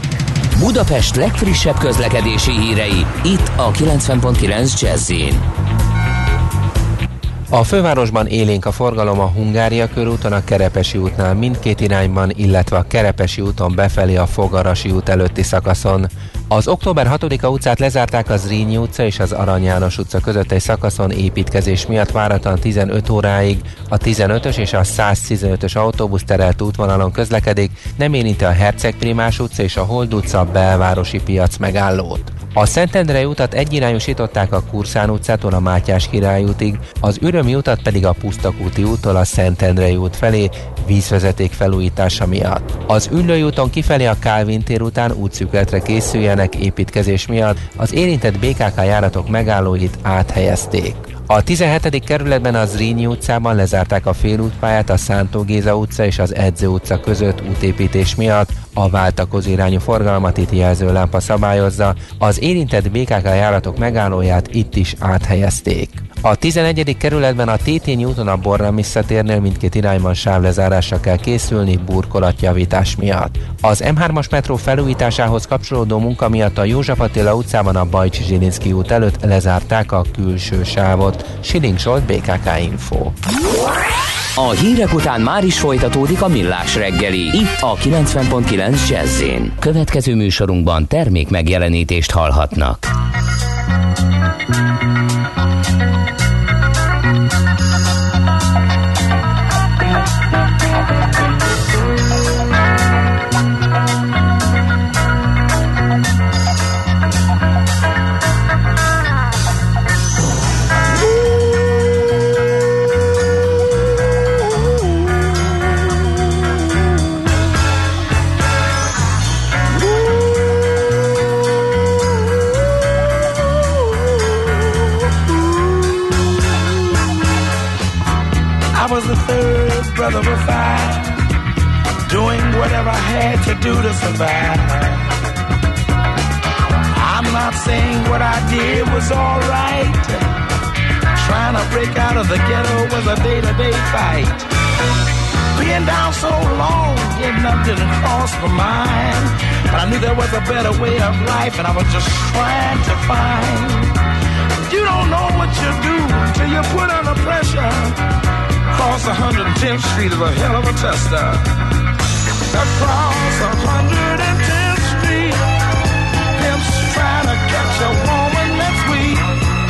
Budapest legfrissebb közlekedési hírei, itt a kilencven pont kilenc Jazz-in. A fővárosban élénk a forgalom a Hungária körúton, a Kerepesi útnál mindkét irányban, illetve a Kerepesi úton befelé a Fogarasi út előtti szakaszon. Az október hatodika utcát lezárták, az Zrínyi utca és az Arany János utca között egy szakaszon építkezés miatt várhatóan tizenöt óráig. A tizenötös és a száztizenötös autóbusz terelt útvonalon közlekedik, nem érinti a Herceg Primás utca és a Hold utca belvárosi piac megállót. A Szentendrei utat egyirányosították a Kurszán utcától a Mátyás Király útig, az Ürömi utat pedig a Pusztakúti úttól a Szentendrei út felé vízvezeték felújítása miatt. Az Üllői úton kifelé a Kálvin tér után útszűkületre készüljenek építkezés miatt, az érintett bé ká ká járatok megállóit áthelyezték. A tizenhetedik kerületben a Zrínyi utcában lezárták a félútpályát a Szántó Géza utca és az Edző utca között útépítés miatt, a váltakozó irányú forgalmat itt jelzőlámpa szabályozza, az érintett bé ká ká járatok megállóját itt is áthelyezték. A tizenegyedik kerületben a Tétényi úton a Borra-Missza térnél mindkét irányban sávlezárásra kell készülni burkolatjavítás miatt. Az em hármas metró felújításához kapcsolódó munka miatt a József Attila utcában a Bajcsi-Zsilinszky út előtt lezárták a külső sávot. Siling Zsolt, bé ká ká Info. A hírek után már is folytatódik a Millás reggeli, itt a kilencven pont kilenc Jazz-in. Következő műsorunkban termék megjelenítést hallhatnak. Brother of five, doing whatever I had to do to survive. I'm not saying what I did was alright. Trying to break out of the ghetto was a day-to-day fight. Being down so long, getting up didn't cross my mind. But I knew there was a better way of life, and I was just trying to find. You don't know what you do till you put under pressure. Across one hundred tenth Street is a hell of a tester. Across one hundred tenth Street, pimps trying to catch a woman that's weak.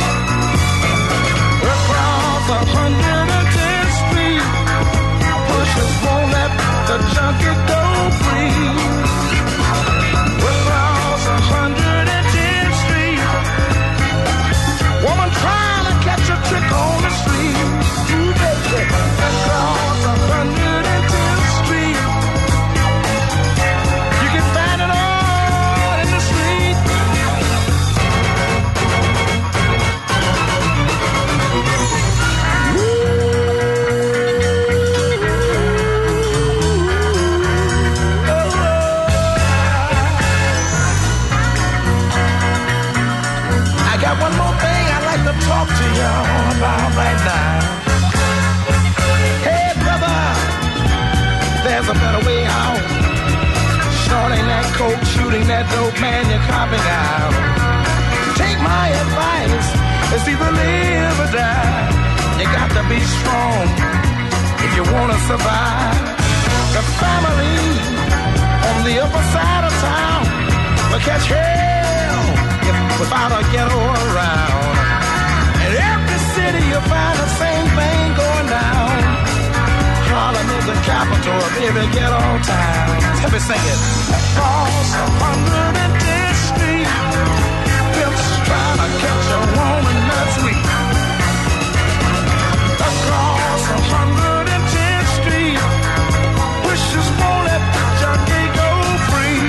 Across one hundred tenth Street, pushers won't let the junkie go free. Across one hundred tenth Street, woman trying to catch a trick on the street. Ooh, baby. Across one hundred tenth Street, you can find it all in the street. I got one more thing I'd like to talk to y'all about right now. Hey, brother, there's a better way out. Shorting that coke, shooting that dope, man, you're copping out. Take my advice, it's either live or die. You got to be strong if you want to survive. The family on the upper side of town will catch hell if, without a ghetto around. In every city you'll find the same thing going down. Harlem is the capital of every ghetto town. Let me sing it. Across one hundred tenth Street, pimps trying to catch a woman that's weak. Across one hundred tenth Street, wishes won't let the junkie go free.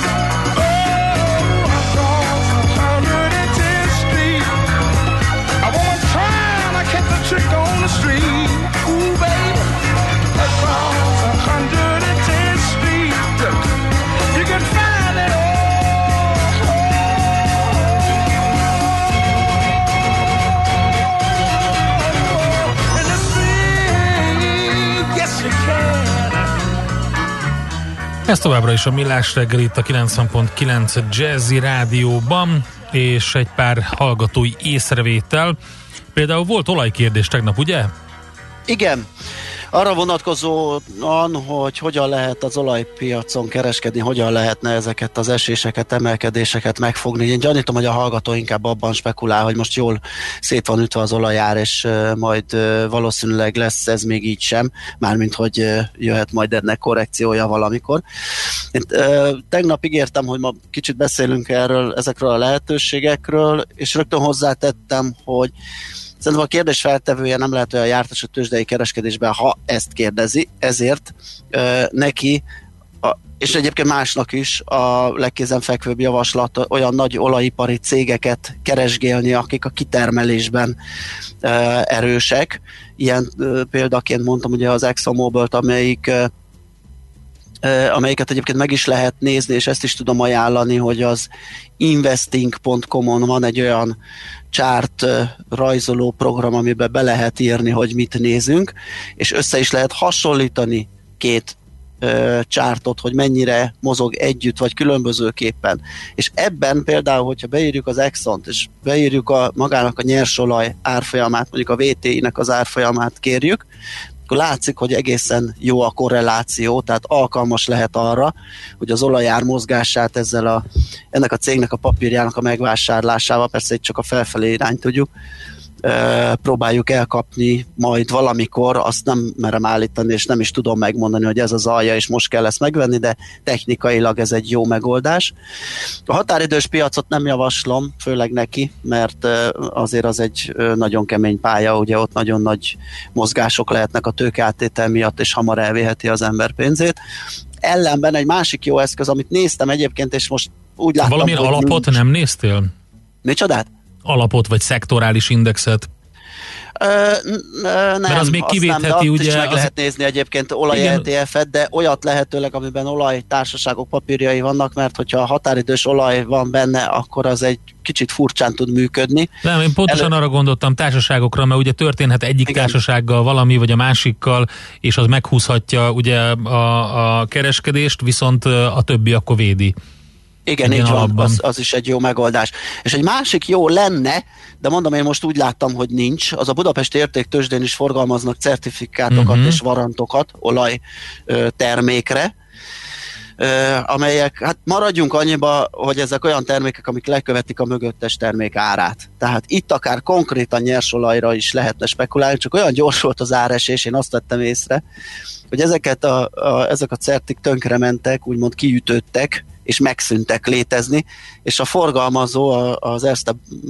Oh, across one hundred tenth Street, a woman trying to catch a trick on the street. Ooh, baby. Across one hundred tenth Street, you can find it all. In the street, yes you can. Ez továbbra is a Millás reggel itt a kilencven pont kilenc Jazzy Rádióban, és egy pár hallgatói észrevétel. Például volt olajkérdés tegnap, ugye? Igen. Arra vonatkozóan, hogy hogyan lehet az olajpiacon kereskedni, hogyan lehetne ezeket az eséseket, emelkedéseket megfogni. Én gyanítom, hogy a hallgató inkább abban spekulál, hogy most jól szét van ütve az olajár, és uh, majd uh, valószínűleg lesz ez még így sem, mármint hogy uh, jöhet majd ennek korrekciója valamikor. Én uh, tegnap ígértem, hogy ma kicsit beszélünk erről, ezekről a lehetőségekről, és rögtön hozzátettem, hogy szerintem a kérdés feltevője nem lehet olyan jártas a tőzsdei kereskedésben, ha ezt kérdezi, ezért ö, neki, a, és egyébként másnak is a legkézenfekvőbb javaslat olyan nagy olajipari cégeket keresgélni, akik a kitermelésben ö, erősek. Ilyen ö, példaként mondtam ugye az ExxonMobil-t, amelyik ö, amelyiket egyébként meg is lehet nézni, és ezt is tudom ajánlani, hogy az investing pont com-on van egy olyan chart rajzoló program, amiben be lehet írni, hogy mit nézünk, és össze is lehet hasonlítani két chartot, hogy mennyire mozog együtt, vagy különbözőképpen. És ebben például, hogyha beírjuk az Exxont, és beírjuk a magának a nyersolaj árfolyamát, mondjuk a vé té i-nek az árfolyamát kérjük, akkor látszik, hogy egészen jó a korreláció, tehát alkalmas lehet arra, hogy az olajár mozgását ezzel a, ennek a cégnek a papírjának a megvásárlásával, persze itt csak a felfelé irányt tudjuk, próbáljuk elkapni majd valamikor, azt nem merem állítani, és nem is tudom megmondani, hogy ez az alja, és most kell ezt megvenni, de technikailag ez egy jó megoldás. A határidős piacot nem javaslom, főleg neki, mert azért az egy nagyon kemény pálya, ugye ott nagyon nagy mozgások lehetnek a tőkeáttétel miatt, és hamar elvéheti az ember pénzét. Ellenben egy másik jó eszköz, amit néztem egyébként, és most úgy láttam, valamilyen alapot nincs. Nem néztél? Micsodát? Alapot, vagy szektorális indexet? Ö, nem, mert az még kivétheti, nem, ugye... is meg az... lehet nézni egyébként olaj é té ef-et, de olyat lehetőleg, amiben olajtársaságok papírjai vannak, mert hogyha a határidős olaj van benne, akkor az egy kicsit furcsán tud működni. Nem, én pontosan Elő... arra gondoltam társaságokra, mert ugye történhet egyik Igen. társasággal valami, vagy a másikkal, és az meghúzhatja ugye a, a kereskedést, viszont a többi akkor védi. Igen, így van, az, az is egy jó megoldás. És egy másik jó lenne, de mondom, én most úgy láttam, hogy nincs, az a Budapesti Értéktőzsdén is forgalmaznak certifikátokat uh-huh. és varantokat olaj ö, termékre, ö, amelyek, hát maradjunk annyiba, hogy ezek olyan termékek, amik lekövetik a mögöttes termék árát. Tehát itt akár konkrétan nyersolajra is lehetne spekulálni, csak olyan gyors volt az áresés, én azt vettem észre, hogy ezeket a, a, ezek a certik tönkrementek, úgymond kiütődtek, és megszűntek létezni, és a forgalmazó, az Erste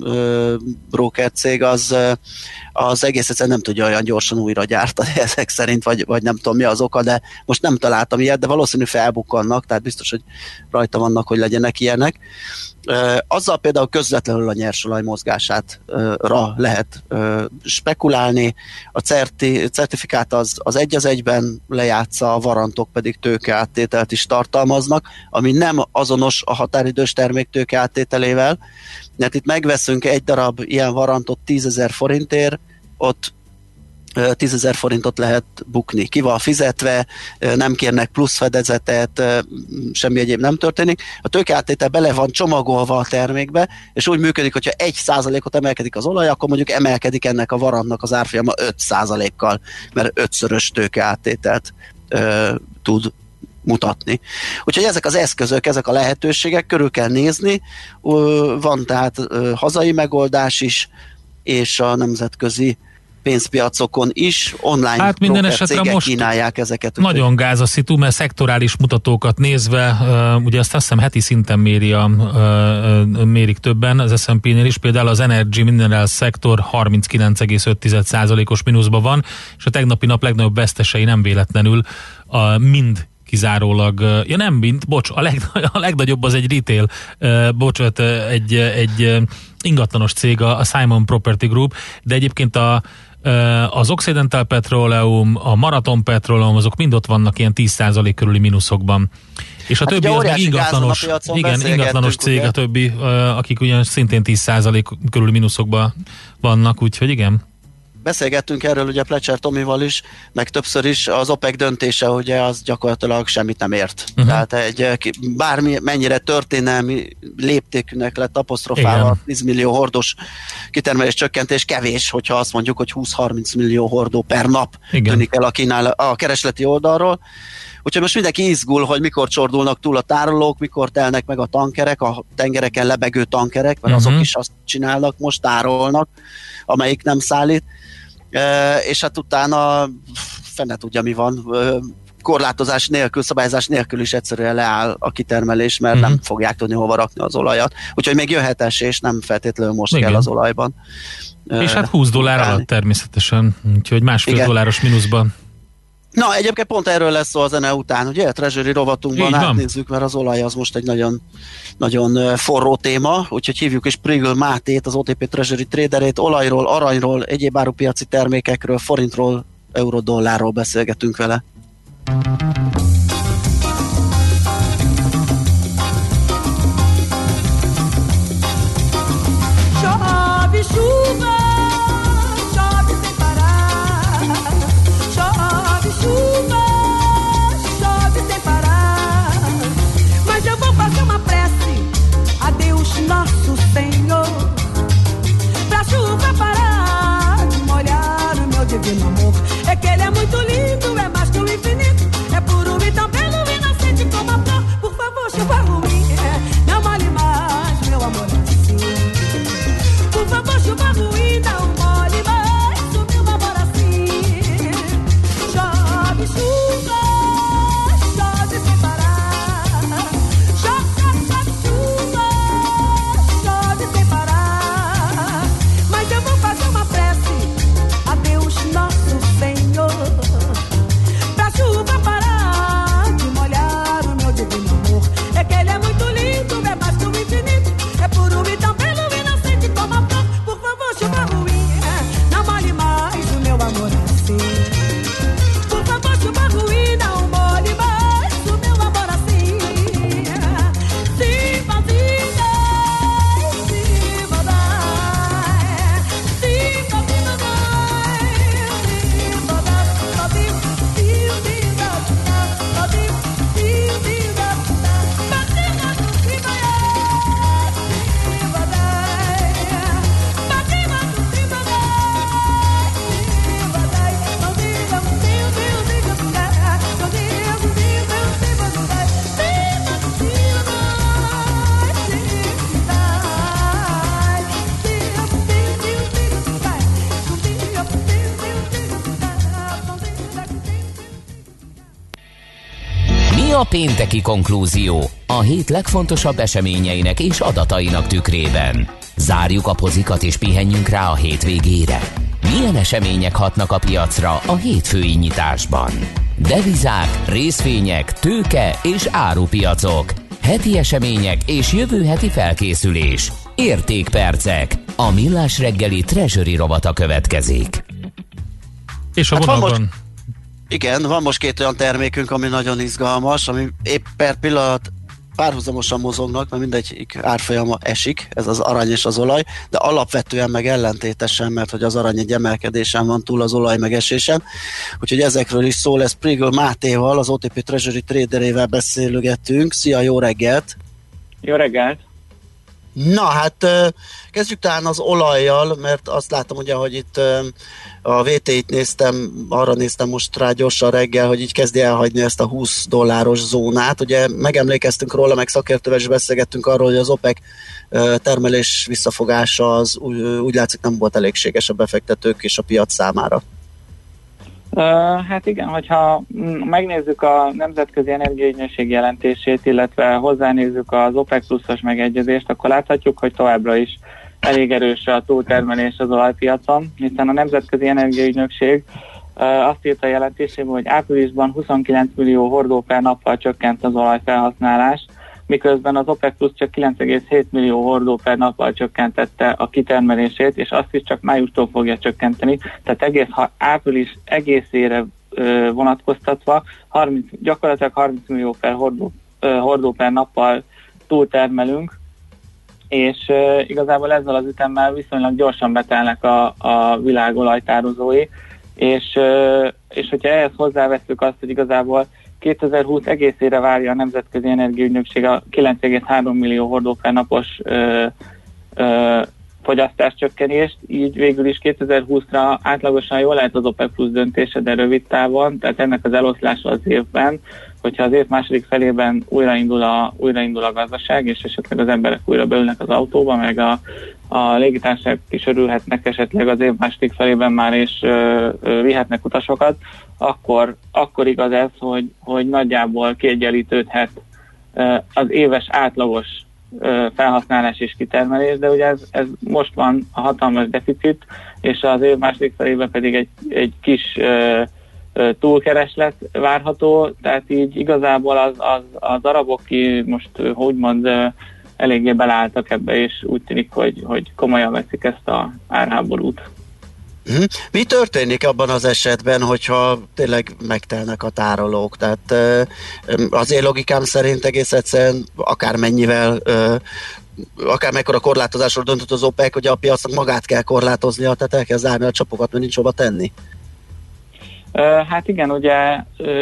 broker cég az, az egész egyszerűen nem tudja olyan gyorsan újra gyártani ezek szerint, vagy, vagy nem tudom mi az oka, de most nem találtam ilyet, de valószínű felbukkannak, tehát biztos, hogy rajta vannak, hogy legyenek ilyenek. Azzal például közvetlenül a nyersolaj mozgásátra lehet spekulálni, a certi, certifikát az, az egy az egyben lejátsza, a varantok pedig tőkeáttételt is tartalmaznak, ami nem azonos a határidős termék tőkeáttételével, mert itt megveszünk egy darab ilyen varantot tízezer forintért, ott tízezer forintot lehet bukni. Ki van fizetve, nem kérnek plusz fedezetet, semmi egyéb nem történik. A tőkeáttétel bele van csomagolva a termékbe, és úgy működik, hogyha egy százalékot emelkedik az olaj, akkor mondjuk emelkedik ennek a varantnak az árfolyama öt százalékkal, mert ötszörös tőkeáttételt ö, tud mutatni. Úgyhogy ezek az eszközök, ezek a lehetőségek, körül kell nézni, van tehát hazai megoldás is, és a nemzetközi pénzpiacokon is, online hát minden esetre most kínálják ezeket. Nagyon úgy, gáz a szitu, mert szektorális mutatókat nézve, uh, ugye azt azt hiszem heti szinten méri a, uh, mérik többen az es and pé-nél is, például az Energy Mineral szektor harminckilenc egész öt százalékos mínuszban van, és a tegnapi nap legnagyobb vesztesei nem véletlenül a mind kizárólag, ja nem mind, bocs, a, leg, a legnagyobb az egy retail, uh, bocsánat, egy, egy ingatlanos cég, a Simon Property Group, de egyébként a az Occidental Petroleum, a Marathon Petroleum, azok mind ott vannak ilyen tíz százalék körüli mínuszokban. És a hát többi az meg ingatlanos, igen, ingatlanos cég, ugye? A többi, akik ugyan szintén tíz százalék körüli mínuszokban vannak, úgyhogy igen. Beszélgettünk erről ugye Plecser Tomival is, meg többször is, az OPEC döntése ugye az gyakorlatilag semmit nem ért. Uh-huh. Tehát egy bármi mennyire történelmi léptékűnek lett apostrofálva tíz millió hordos kitermelés csökkentés kevés, hogyha azt mondjuk, hogy húsz-harminc millió hordó per nap Igen. tűnik el a, kínál, a keresleti oldalról. Úgyhogy most mindenki izgul, hogy mikor csordulnak túl a tárolók, mikor telnek meg a tankerek, a tengereken lebegő tankerek, mert uh-huh. azok is azt csinálnak, most tárolnak, amelyik nem szállít. E, és hát utána fene tudja mi van, korlátozás nélkül, szabályzás nélkül is egyszerűen leáll a kitermelés, mert uh-huh. nem fogják tudni hova rakni az olajat. Úgyhogy még jöhet esés, nem feltétlenül most Igen. kell az olajban. És hát húsz dollár alatt természetesen, úgyhogy másfél Igen. dolláros mínuszban. Na, egyébként pont erről lesz szó a zene után, ugye? A Treasury rovatunkban átnézzük, mert az olaj az most egy nagyon, nagyon forró téma, úgyhogy hívjuk is Prigl Mátét, az o té pé Treasury traderét, olajról, aranyról, egyéb árupiaci termékekről, forintról, euró-dollárról beszélgetünk vele. Chove chuva, chove sem parar. Chove chuva, chove sem parar. Mas eu vou fazer uma prece a Deus nosso Senhor, pra chuva parar de molhar o meu divino amor. É que ele é muito lindo, é mais que o infinito, é puro A pénteki konklúzió a hét legfontosabb eseményeinek és adatainak tükrében. Zárjuk a pozikat és pihenjünk rá a hétvégére. Milyen események hatnak a piacra a hétfői nyitásban? Devizák, részvények, tőke és árupiacok. Heti események és jövő heti felkészülés. Értékpercek. A Millás reggeli Treasury rovata következik. És a hát vonalban... van most, igen, van most két olyan termékünk, ami nagyon izgalmas, ami épp per pillanat párhuzamosan mozognak, mert mindegyik árfolyama esik, ez az arany és az olaj, de alapvetően meg ellentétesen, mert hogy az arany egy emelkedésen van túl az olaj meg esésen. Úgyhogy ezekről is szó lesz. Prigl Mátéval, az o té pé Treasury traderével beszélgetünk. Szia, jó reggelt! Jó reggelt! Na hát kezdjük talán az olajjal, mert azt látom ugye, hogy itt a vé té-t néztem, arra néztem most rá gyorsan reggel, hogy így kezdi elhagyni ezt a húsz dolláros zónát. Ugye megemlékeztünk róla, meg szakértővel is beszélgettünk arról, hogy az OPEC termelés visszafogása az úgy, úgy látszik nem volt elégséges a befektetők és a piac számára. Uh, hát igen, hogyha megnézzük a Nemzetközi Energiaügynökség jelentését, illetve hozzánézzük az OPEC pluszos megegyezést, akkor láthatjuk, hogy továbbra is elég erős a túltermelés az olajpiacon, hiszen a Nemzetközi Energiaügynökség uh, azt írta a jelentésében, hogy áprilisban huszonkilenc millió hordó per nappal csökkent az olajfelhasználás, miközben az OPEC plusz csak kilenc egész hét millió hordó per nappal csökkentette a kitermelését, és azt is csak májustól fogja csökkenteni, tehát egész ha április egészére ö, vonatkoztatva harminc, gyakorlatilag harminc millió per hordó, ö, hordó per nappal túltermelünk, és ö, igazából ezzel az ütemmel viszonylag gyorsan betelnek a, a világ olajtározói, és, ö, és hogyha ehhez hozzáveszünk azt, hogy igazából kétezer-húsz egészére várja a Nemzetközi Energiaügynökség a kilenc egész három millió hordó per napos ö, ö, fogyasztáscsökkenést, így végül is kétezer-húszra átlagosan jól lehet az OPEC plusz döntése, de rövid távon, tehát ennek az eloszlása az évben, hogyha az év második felében újraindul a, újraindul a gazdaság, és esetleg az emberek újra beülnek az autóba, meg a, a légitársaságok is örülhetnek esetleg az év második felében már, és ö, ö, vihetnek utasokat, akkor, akkor igaz ez, hogy, hogy nagyjából kiegyenlítődhet ö, az éves átlagos ö, felhasználás és kitermelés, de ugye ez, ez most van a hatalmas deficit, és az év második felében pedig egy, egy kis ö, túlkereslet várható, tehát így igazából az, az, az arabok, ki most úgymond eléggé beleálltak ebbe, és úgy tűnik, hogy, hogy komolyan veszik ezt a árháborút. Mi történik abban az esetben, hogyha tényleg megtelnek a tárolók? Tehát azért logikám szerint egész egyszerűen akármennyivel akár mekkora korlátozásról döntött az OPEC, hogy a piacnak magát kell korlátoznia, tehát el kell zárni a csapokat, mert nincs hova tenni. Hát igen, ugye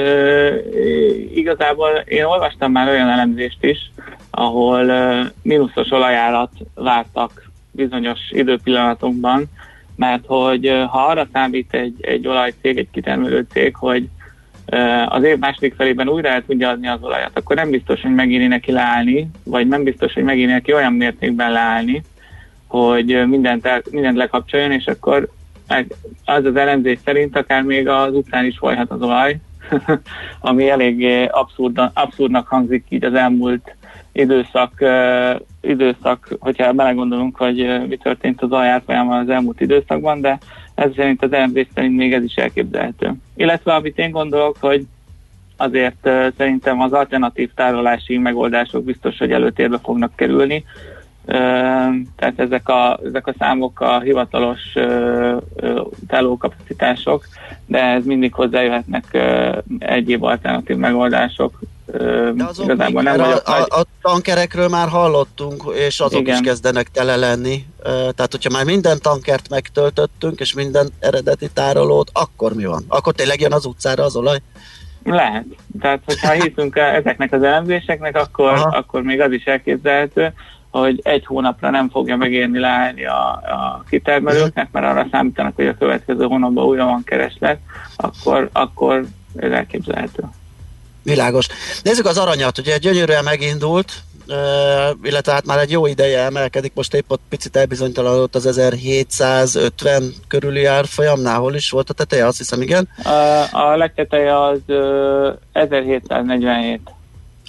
igazából én olvastam már olyan elemzést is, ahol mínuszos olajállat vártak bizonyos időpillanatokban, mert hogy ha arra számít egy, egy olajcég, egy kitermelő cég, hogy az év második felében újra el tudja adni az olajat, akkor nem biztos, hogy megéri neki leállni, vagy nem biztos, hogy megéri neki olyan mértékben leállni, hogy mindent, el, mindent lekapcsoljon, és akkor az az elemzés szerint akár még az utcán is folyhat az olaj, ami eléggé abszurd, abszurdnak hangzik így az elmúlt időszak, uh, időszak, hogyha belegondolunk, hogy uh, mi történt az olajárfolyamon az elmúlt időszakban, de ez szerint az elemzés szerint még ez is elképzelhető. Illetve amit én gondolok, hogy azért uh, szerintem az alternatív tárolási megoldások biztos, hogy előtérbe fognak kerülni. Uh, tehát ezek a, ezek a számok a hivatalos uh, uh, tárolókapacitások, de ez mindig hozzájöhetnek uh, egyéb alternatív megoldások. Uh, de azok igazából nem a, a, a tankerekről már hallottunk, és azok igen. is kezdenek tele lenni. Uh, tehát, hogyha már minden tankert megtöltöttünk, és minden eredeti tárolót, akkor mi van? Akkor tényleg jön az utcára az olaj? Lehet. Tehát, hogyha hiszünk ezeknek az elemzéseknek, akkor, akkor még az is elképzelhető, hogy egy hónapra nem fogja megérni leállni a, a kitermelőknek, mert arra számítanak, hogy a következő hónapban újra van kereslet, akkor, akkor ez elképzelhető. Világos. Nézzük az aranyat, ugye gyönyörűen megindult, illetve hát már egy jó ideje emelkedik, most épp ott picit elbizonytalanodott az ezerhétszázötven körüli árfolyamnál, hol is volt a teteje, azt hiszem, igen? A, a legteteje az ezerhétszáznegyvenhét.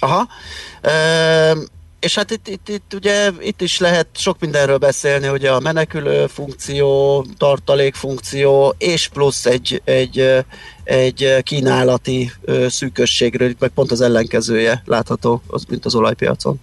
Aha. E, és hát itt, itt, itt ugye itt is lehet sok mindenről beszélni, ugye a menekülő funkció, tartalék funkció, és plusz egy, egy, egy kínálati szűkösségről, meg pont az ellenkezője látható, az, mint az olajpiacon.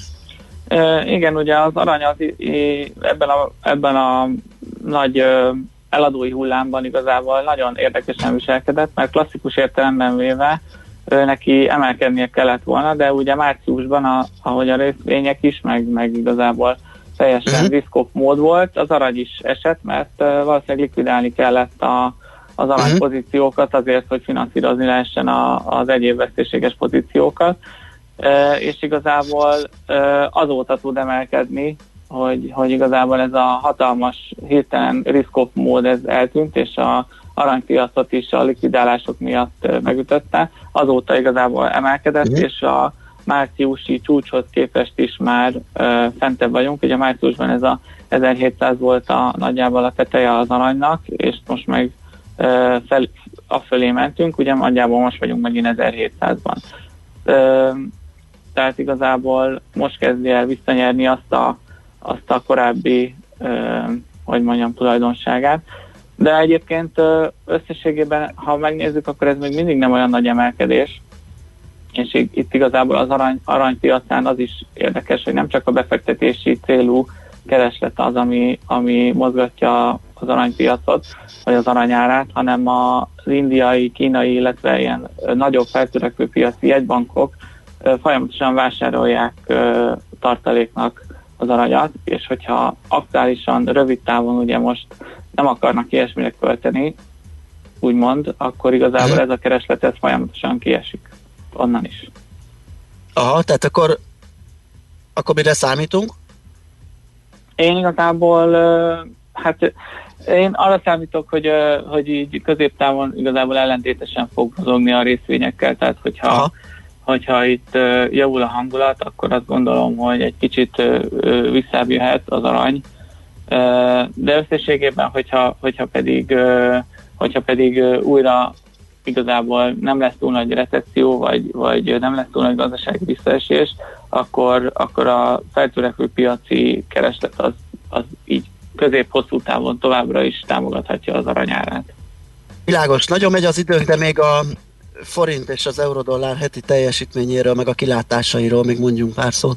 E, igen, ugye az arany az, ebben, a, ebben a nagy eladói hullámban igazából nagyon érdekesen viselkedett, mert klasszikus értelemben véve neki emelkednie kellett volna, de ugye márciusban, a, ahogy a részvények is, meg, meg igazából teljesen uh-huh. risk-off mód volt, az arany is esett, mert uh, valószínűleg likvidálni kellett a, az arany uh-huh. pozíciókat azért, hogy finanszírozni lehessen a, az egyéb veszteséges pozíciókat, uh, és igazából uh, azóta tud emelkedni, hogy, hogy igazából ez a hatalmas, hirtelen risk-off mód ez eltűnt, és a aranypiacot is a likvidálások miatt megütötte. Azóta igazából emelkedett, mm. és a márciusi csúcshoz képest is már uh, fentebb vagyunk. Ugye márciusban ez a ezerhétszáz volt a, nagyjából a teteje az aranynak, és most meg uh, fel, afölé mentünk, ugye nagyjából most vagyunk megint ezerhétszázban. Uh, tehát igazából most kezdi el visszanyerni azt a, azt a korábbi, uh, hogy mondjam, tulajdonságát. De egyébként összességében, ha megnézzük, akkor ez még mindig nem olyan nagy emelkedés, és itt igazából az arany, aranypiacán az is érdekes, hogy nem csak a befektetési célú kereslet az, ami, ami mozgatja az aranypiacot, vagy az aranyárát, hanem az indiai, kínai, illetve ilyen nagyobb feltörekvő piaci jegybankok folyamatosan vásárolják tartaléknak az aranyat, és hogyha aktuálisan, rövid távon ugye most nem akarnak ilyesmire költeni, úgymond, akkor igazából ez a kereslet ez folyamatosan kiesik onnan is. Aha, tehát akkor akkor mire számítunk? Én igazából hát én arra számítok, hogy, hogy így középtávon igazából ellentétesen fog mozogni a részvényekkel, tehát hogyha Aha. hogyha itt javul a hangulat, akkor azt gondolom, hogy egy kicsit visszább jöhet az arany, de összességében, hogyha, hogyha, pedig, hogyha pedig újra igazából nem lesz túl nagy recesszió, vagy, vagy nem lesz túl nagy gazdasági visszaesés, akkor, akkor a feltörekvő piaci kereslet az, az így közép-hosszú távon továbbra is támogathatja az aranyárát. Világos, nagyon megy az időnk, de még a forint és az eurodollár heti teljesítményéről, meg a kilátásairól még mondjunk pár szót.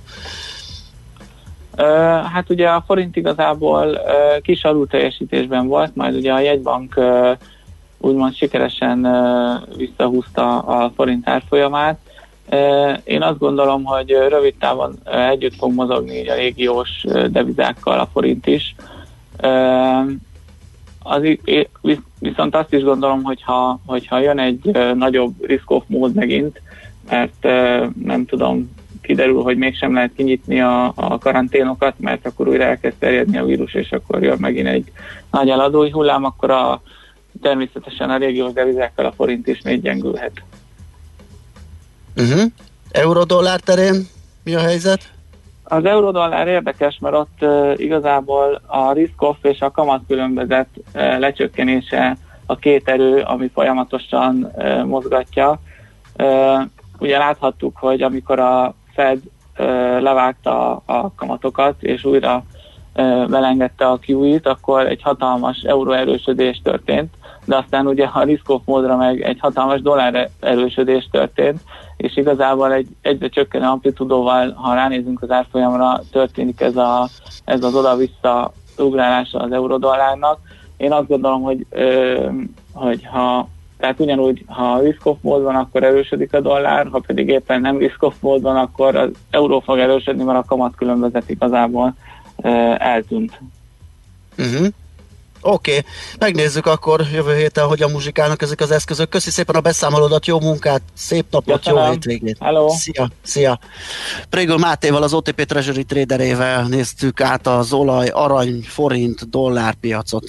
Uh, hát ugye a forint igazából uh, kis alul teljesítésben volt, majd ugye a jegybank uh, úgymond sikeresen uh, visszahúzta a forint árfolyamát. Uh, én azt gondolom, hogy rövid távon uh, együtt fog mozogni így a régiós uh, devizákkal a forint is. Uh, az, viszont azt is gondolom, hogyha, hogyha jön egy uh, nagyobb risk-off mód megint, mert uh, nem tudom, kiderül, hogy mégsem lehet kinyitni a, a karanténokat, mert akkor újra elkezd terjedni a vírus, és akkor jön megint egy nagy eladói hullám, akkor a, természetesen a régiós devizákkal a forint is még gyengülhet. Uh-huh. Euró-dollár terén mi a helyzet? Az euró-dollár érdekes, mert ott uh, igazából a risk-off és a kamatkülönbözet uh, lecsökkenése a két erő, ami folyamatosan uh, mozgatja. Uh, ugye láthattuk, hogy amikor a Fed uh, levágta a kamatokat, és újra uh, belengedte a kú í-t, akkor egy hatalmas euró erősödés történt, de aztán ugye a risk-off módra meg egy hatalmas dollár erősödés történt, és igazából egy egyre csökkenő amplitudóval, ha ránézünk az árfolyamra, történik ez, a, ez az oda-vissza ugrálása az euró-dollárnak. Én azt gondolom, hogy, ö, hogy ha tehát ugyanúgy, ha risk-off módban, akkor erősödik a dollár, ha pedig éppen nem risk-off módban, akkor az euró fog erősödni, mert a kamatkülönbözet igazából ö, eltűnt. Uh-huh. Oké, okay. Megnézzük akkor jövő héten, hogyan muzsikálnak ezek az eszközök. Köszi szépen a beszámolódat, jó munkát, szép napot, Köszönöm. Jó hétvégét. Hello. Szia, szia. Prégül Mátéval, az o té pé Treasury traderével néztük át az olaj, arany, forint, dollár piacot.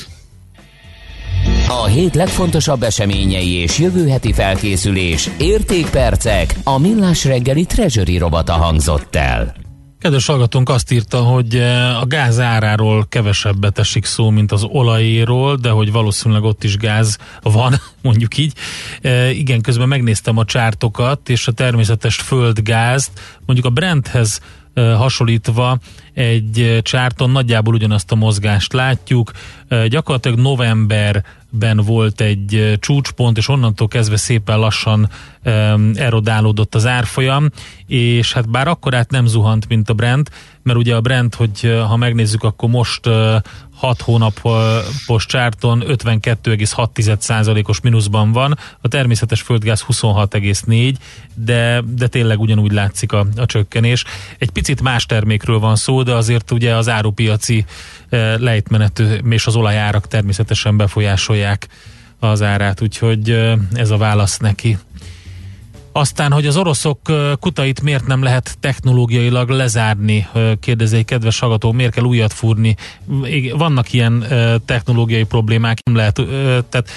A hét legfontosabb eseményei és jövő heti felkészülés, értékpercek, a Millás reggeli Treasury robata hangzott el. Kedves hallgatónk azt írta, hogy a gáz áráról kevesebbet esik szó, mint az olajéról, de hogy valószínűleg ott is gáz van, mondjuk így. E, igen, közben megnéztem a csártokat, és a természetes földgázt, mondjuk a Brenthez e, hasonlítva egy csárton nagyjából ugyanazt a mozgást látjuk. E, gyakorlatilag novemberben volt egy csúcspont, és onnantól kezdve szépen lassan e, erodálódott az árfolyam, és hát bár akkorát nem zuhant, mint a Brent, mert ugye a Brent, hogy ha megnézzük, akkor most hat hónapos csárton ötvenkettő egész hat százalékos mínuszban van, a természetes földgáz huszonhat egész négy, de, de tényleg ugyanúgy látszik a, a csökkenés. Egy picit más termékről van szó, de azért ugye az árupiaci lejtmenetű és az olajárak természetesen befolyásolják az árát, úgyhogy ez a válasz neki. Aztán, hogy az oroszok kutait miért nem lehet technológiailag lezárni, kérdezi egy kedves hallgató, miért kell újat fúrni. Vannak ilyen technológiai problémák, nem lehet, tehát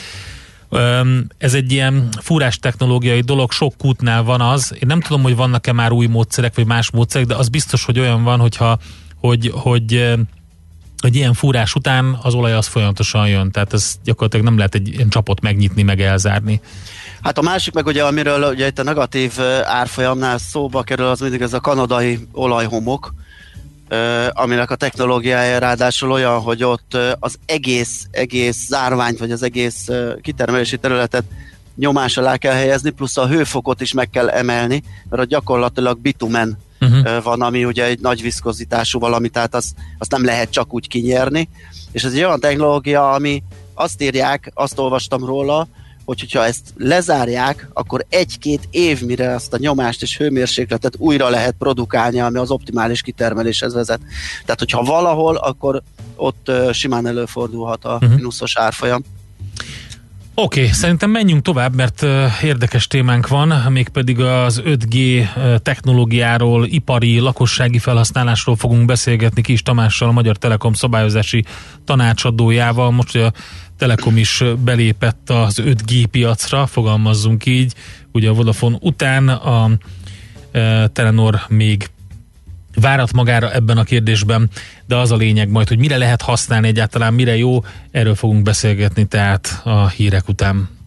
ez egy ilyen fúrás technológiai dolog, sok kútnál van az. Én nem tudom, hogy vannak-e már új módszerek, vagy más módszerek, de az biztos, hogy olyan van, hogyha, hogy, hogy hogy ilyen fúrás után az olaj az folyamatosan jön, tehát ez gyakorlatilag nem lehet egy ilyen csapot megnyitni, meg elzárni. Hát a másik meg ugye, amiről ugye itt a negatív árfolyamnál szóba kerül, az mindig ez a kanadai olajhomok, aminek a technológiája ráadásul olyan, hogy ott az egész, egész zárványt, vagy az egész kitermelési területet nyomás alá kell helyezni, plusz a hőfokot is meg kell emelni, mert ott gyakorlatilag bitumen uh-huh. van, ami ugye egy nagy viszkozitású valami, tehát azt, azt nem lehet csak úgy kinyerni, és ez egy olyan technológia, ami azt írják, azt olvastam róla, hogy hogyha ezt lezárják, akkor egy-két év, mire azt a nyomást és hőmérsékletet újra lehet produkálni, ami az optimális kitermeléshez vezet. Tehát, hogyha valahol, akkor ott uh, simán előfordulhat a uh-huh. mínuszos árfolyam. Oké, okay, szerintem menjünk tovább, mert uh, érdekes témánk van, mégpedig az öt G uh, technológiáról, ipari, lakossági felhasználásról fogunk beszélgetni Kis Tamással, a Magyar Telekom szabályozási tanácsadójával. Most a Telekom is belépett az öt G piacra, fogalmazzunk így, ugye a Vodafone után, a uh, Telenor még várat magára ebben a kérdésben, de az a lényeg majd, hogy mire lehet használni egyáltalán, mire jó, erről fogunk beszélgetni tehát a hírek után.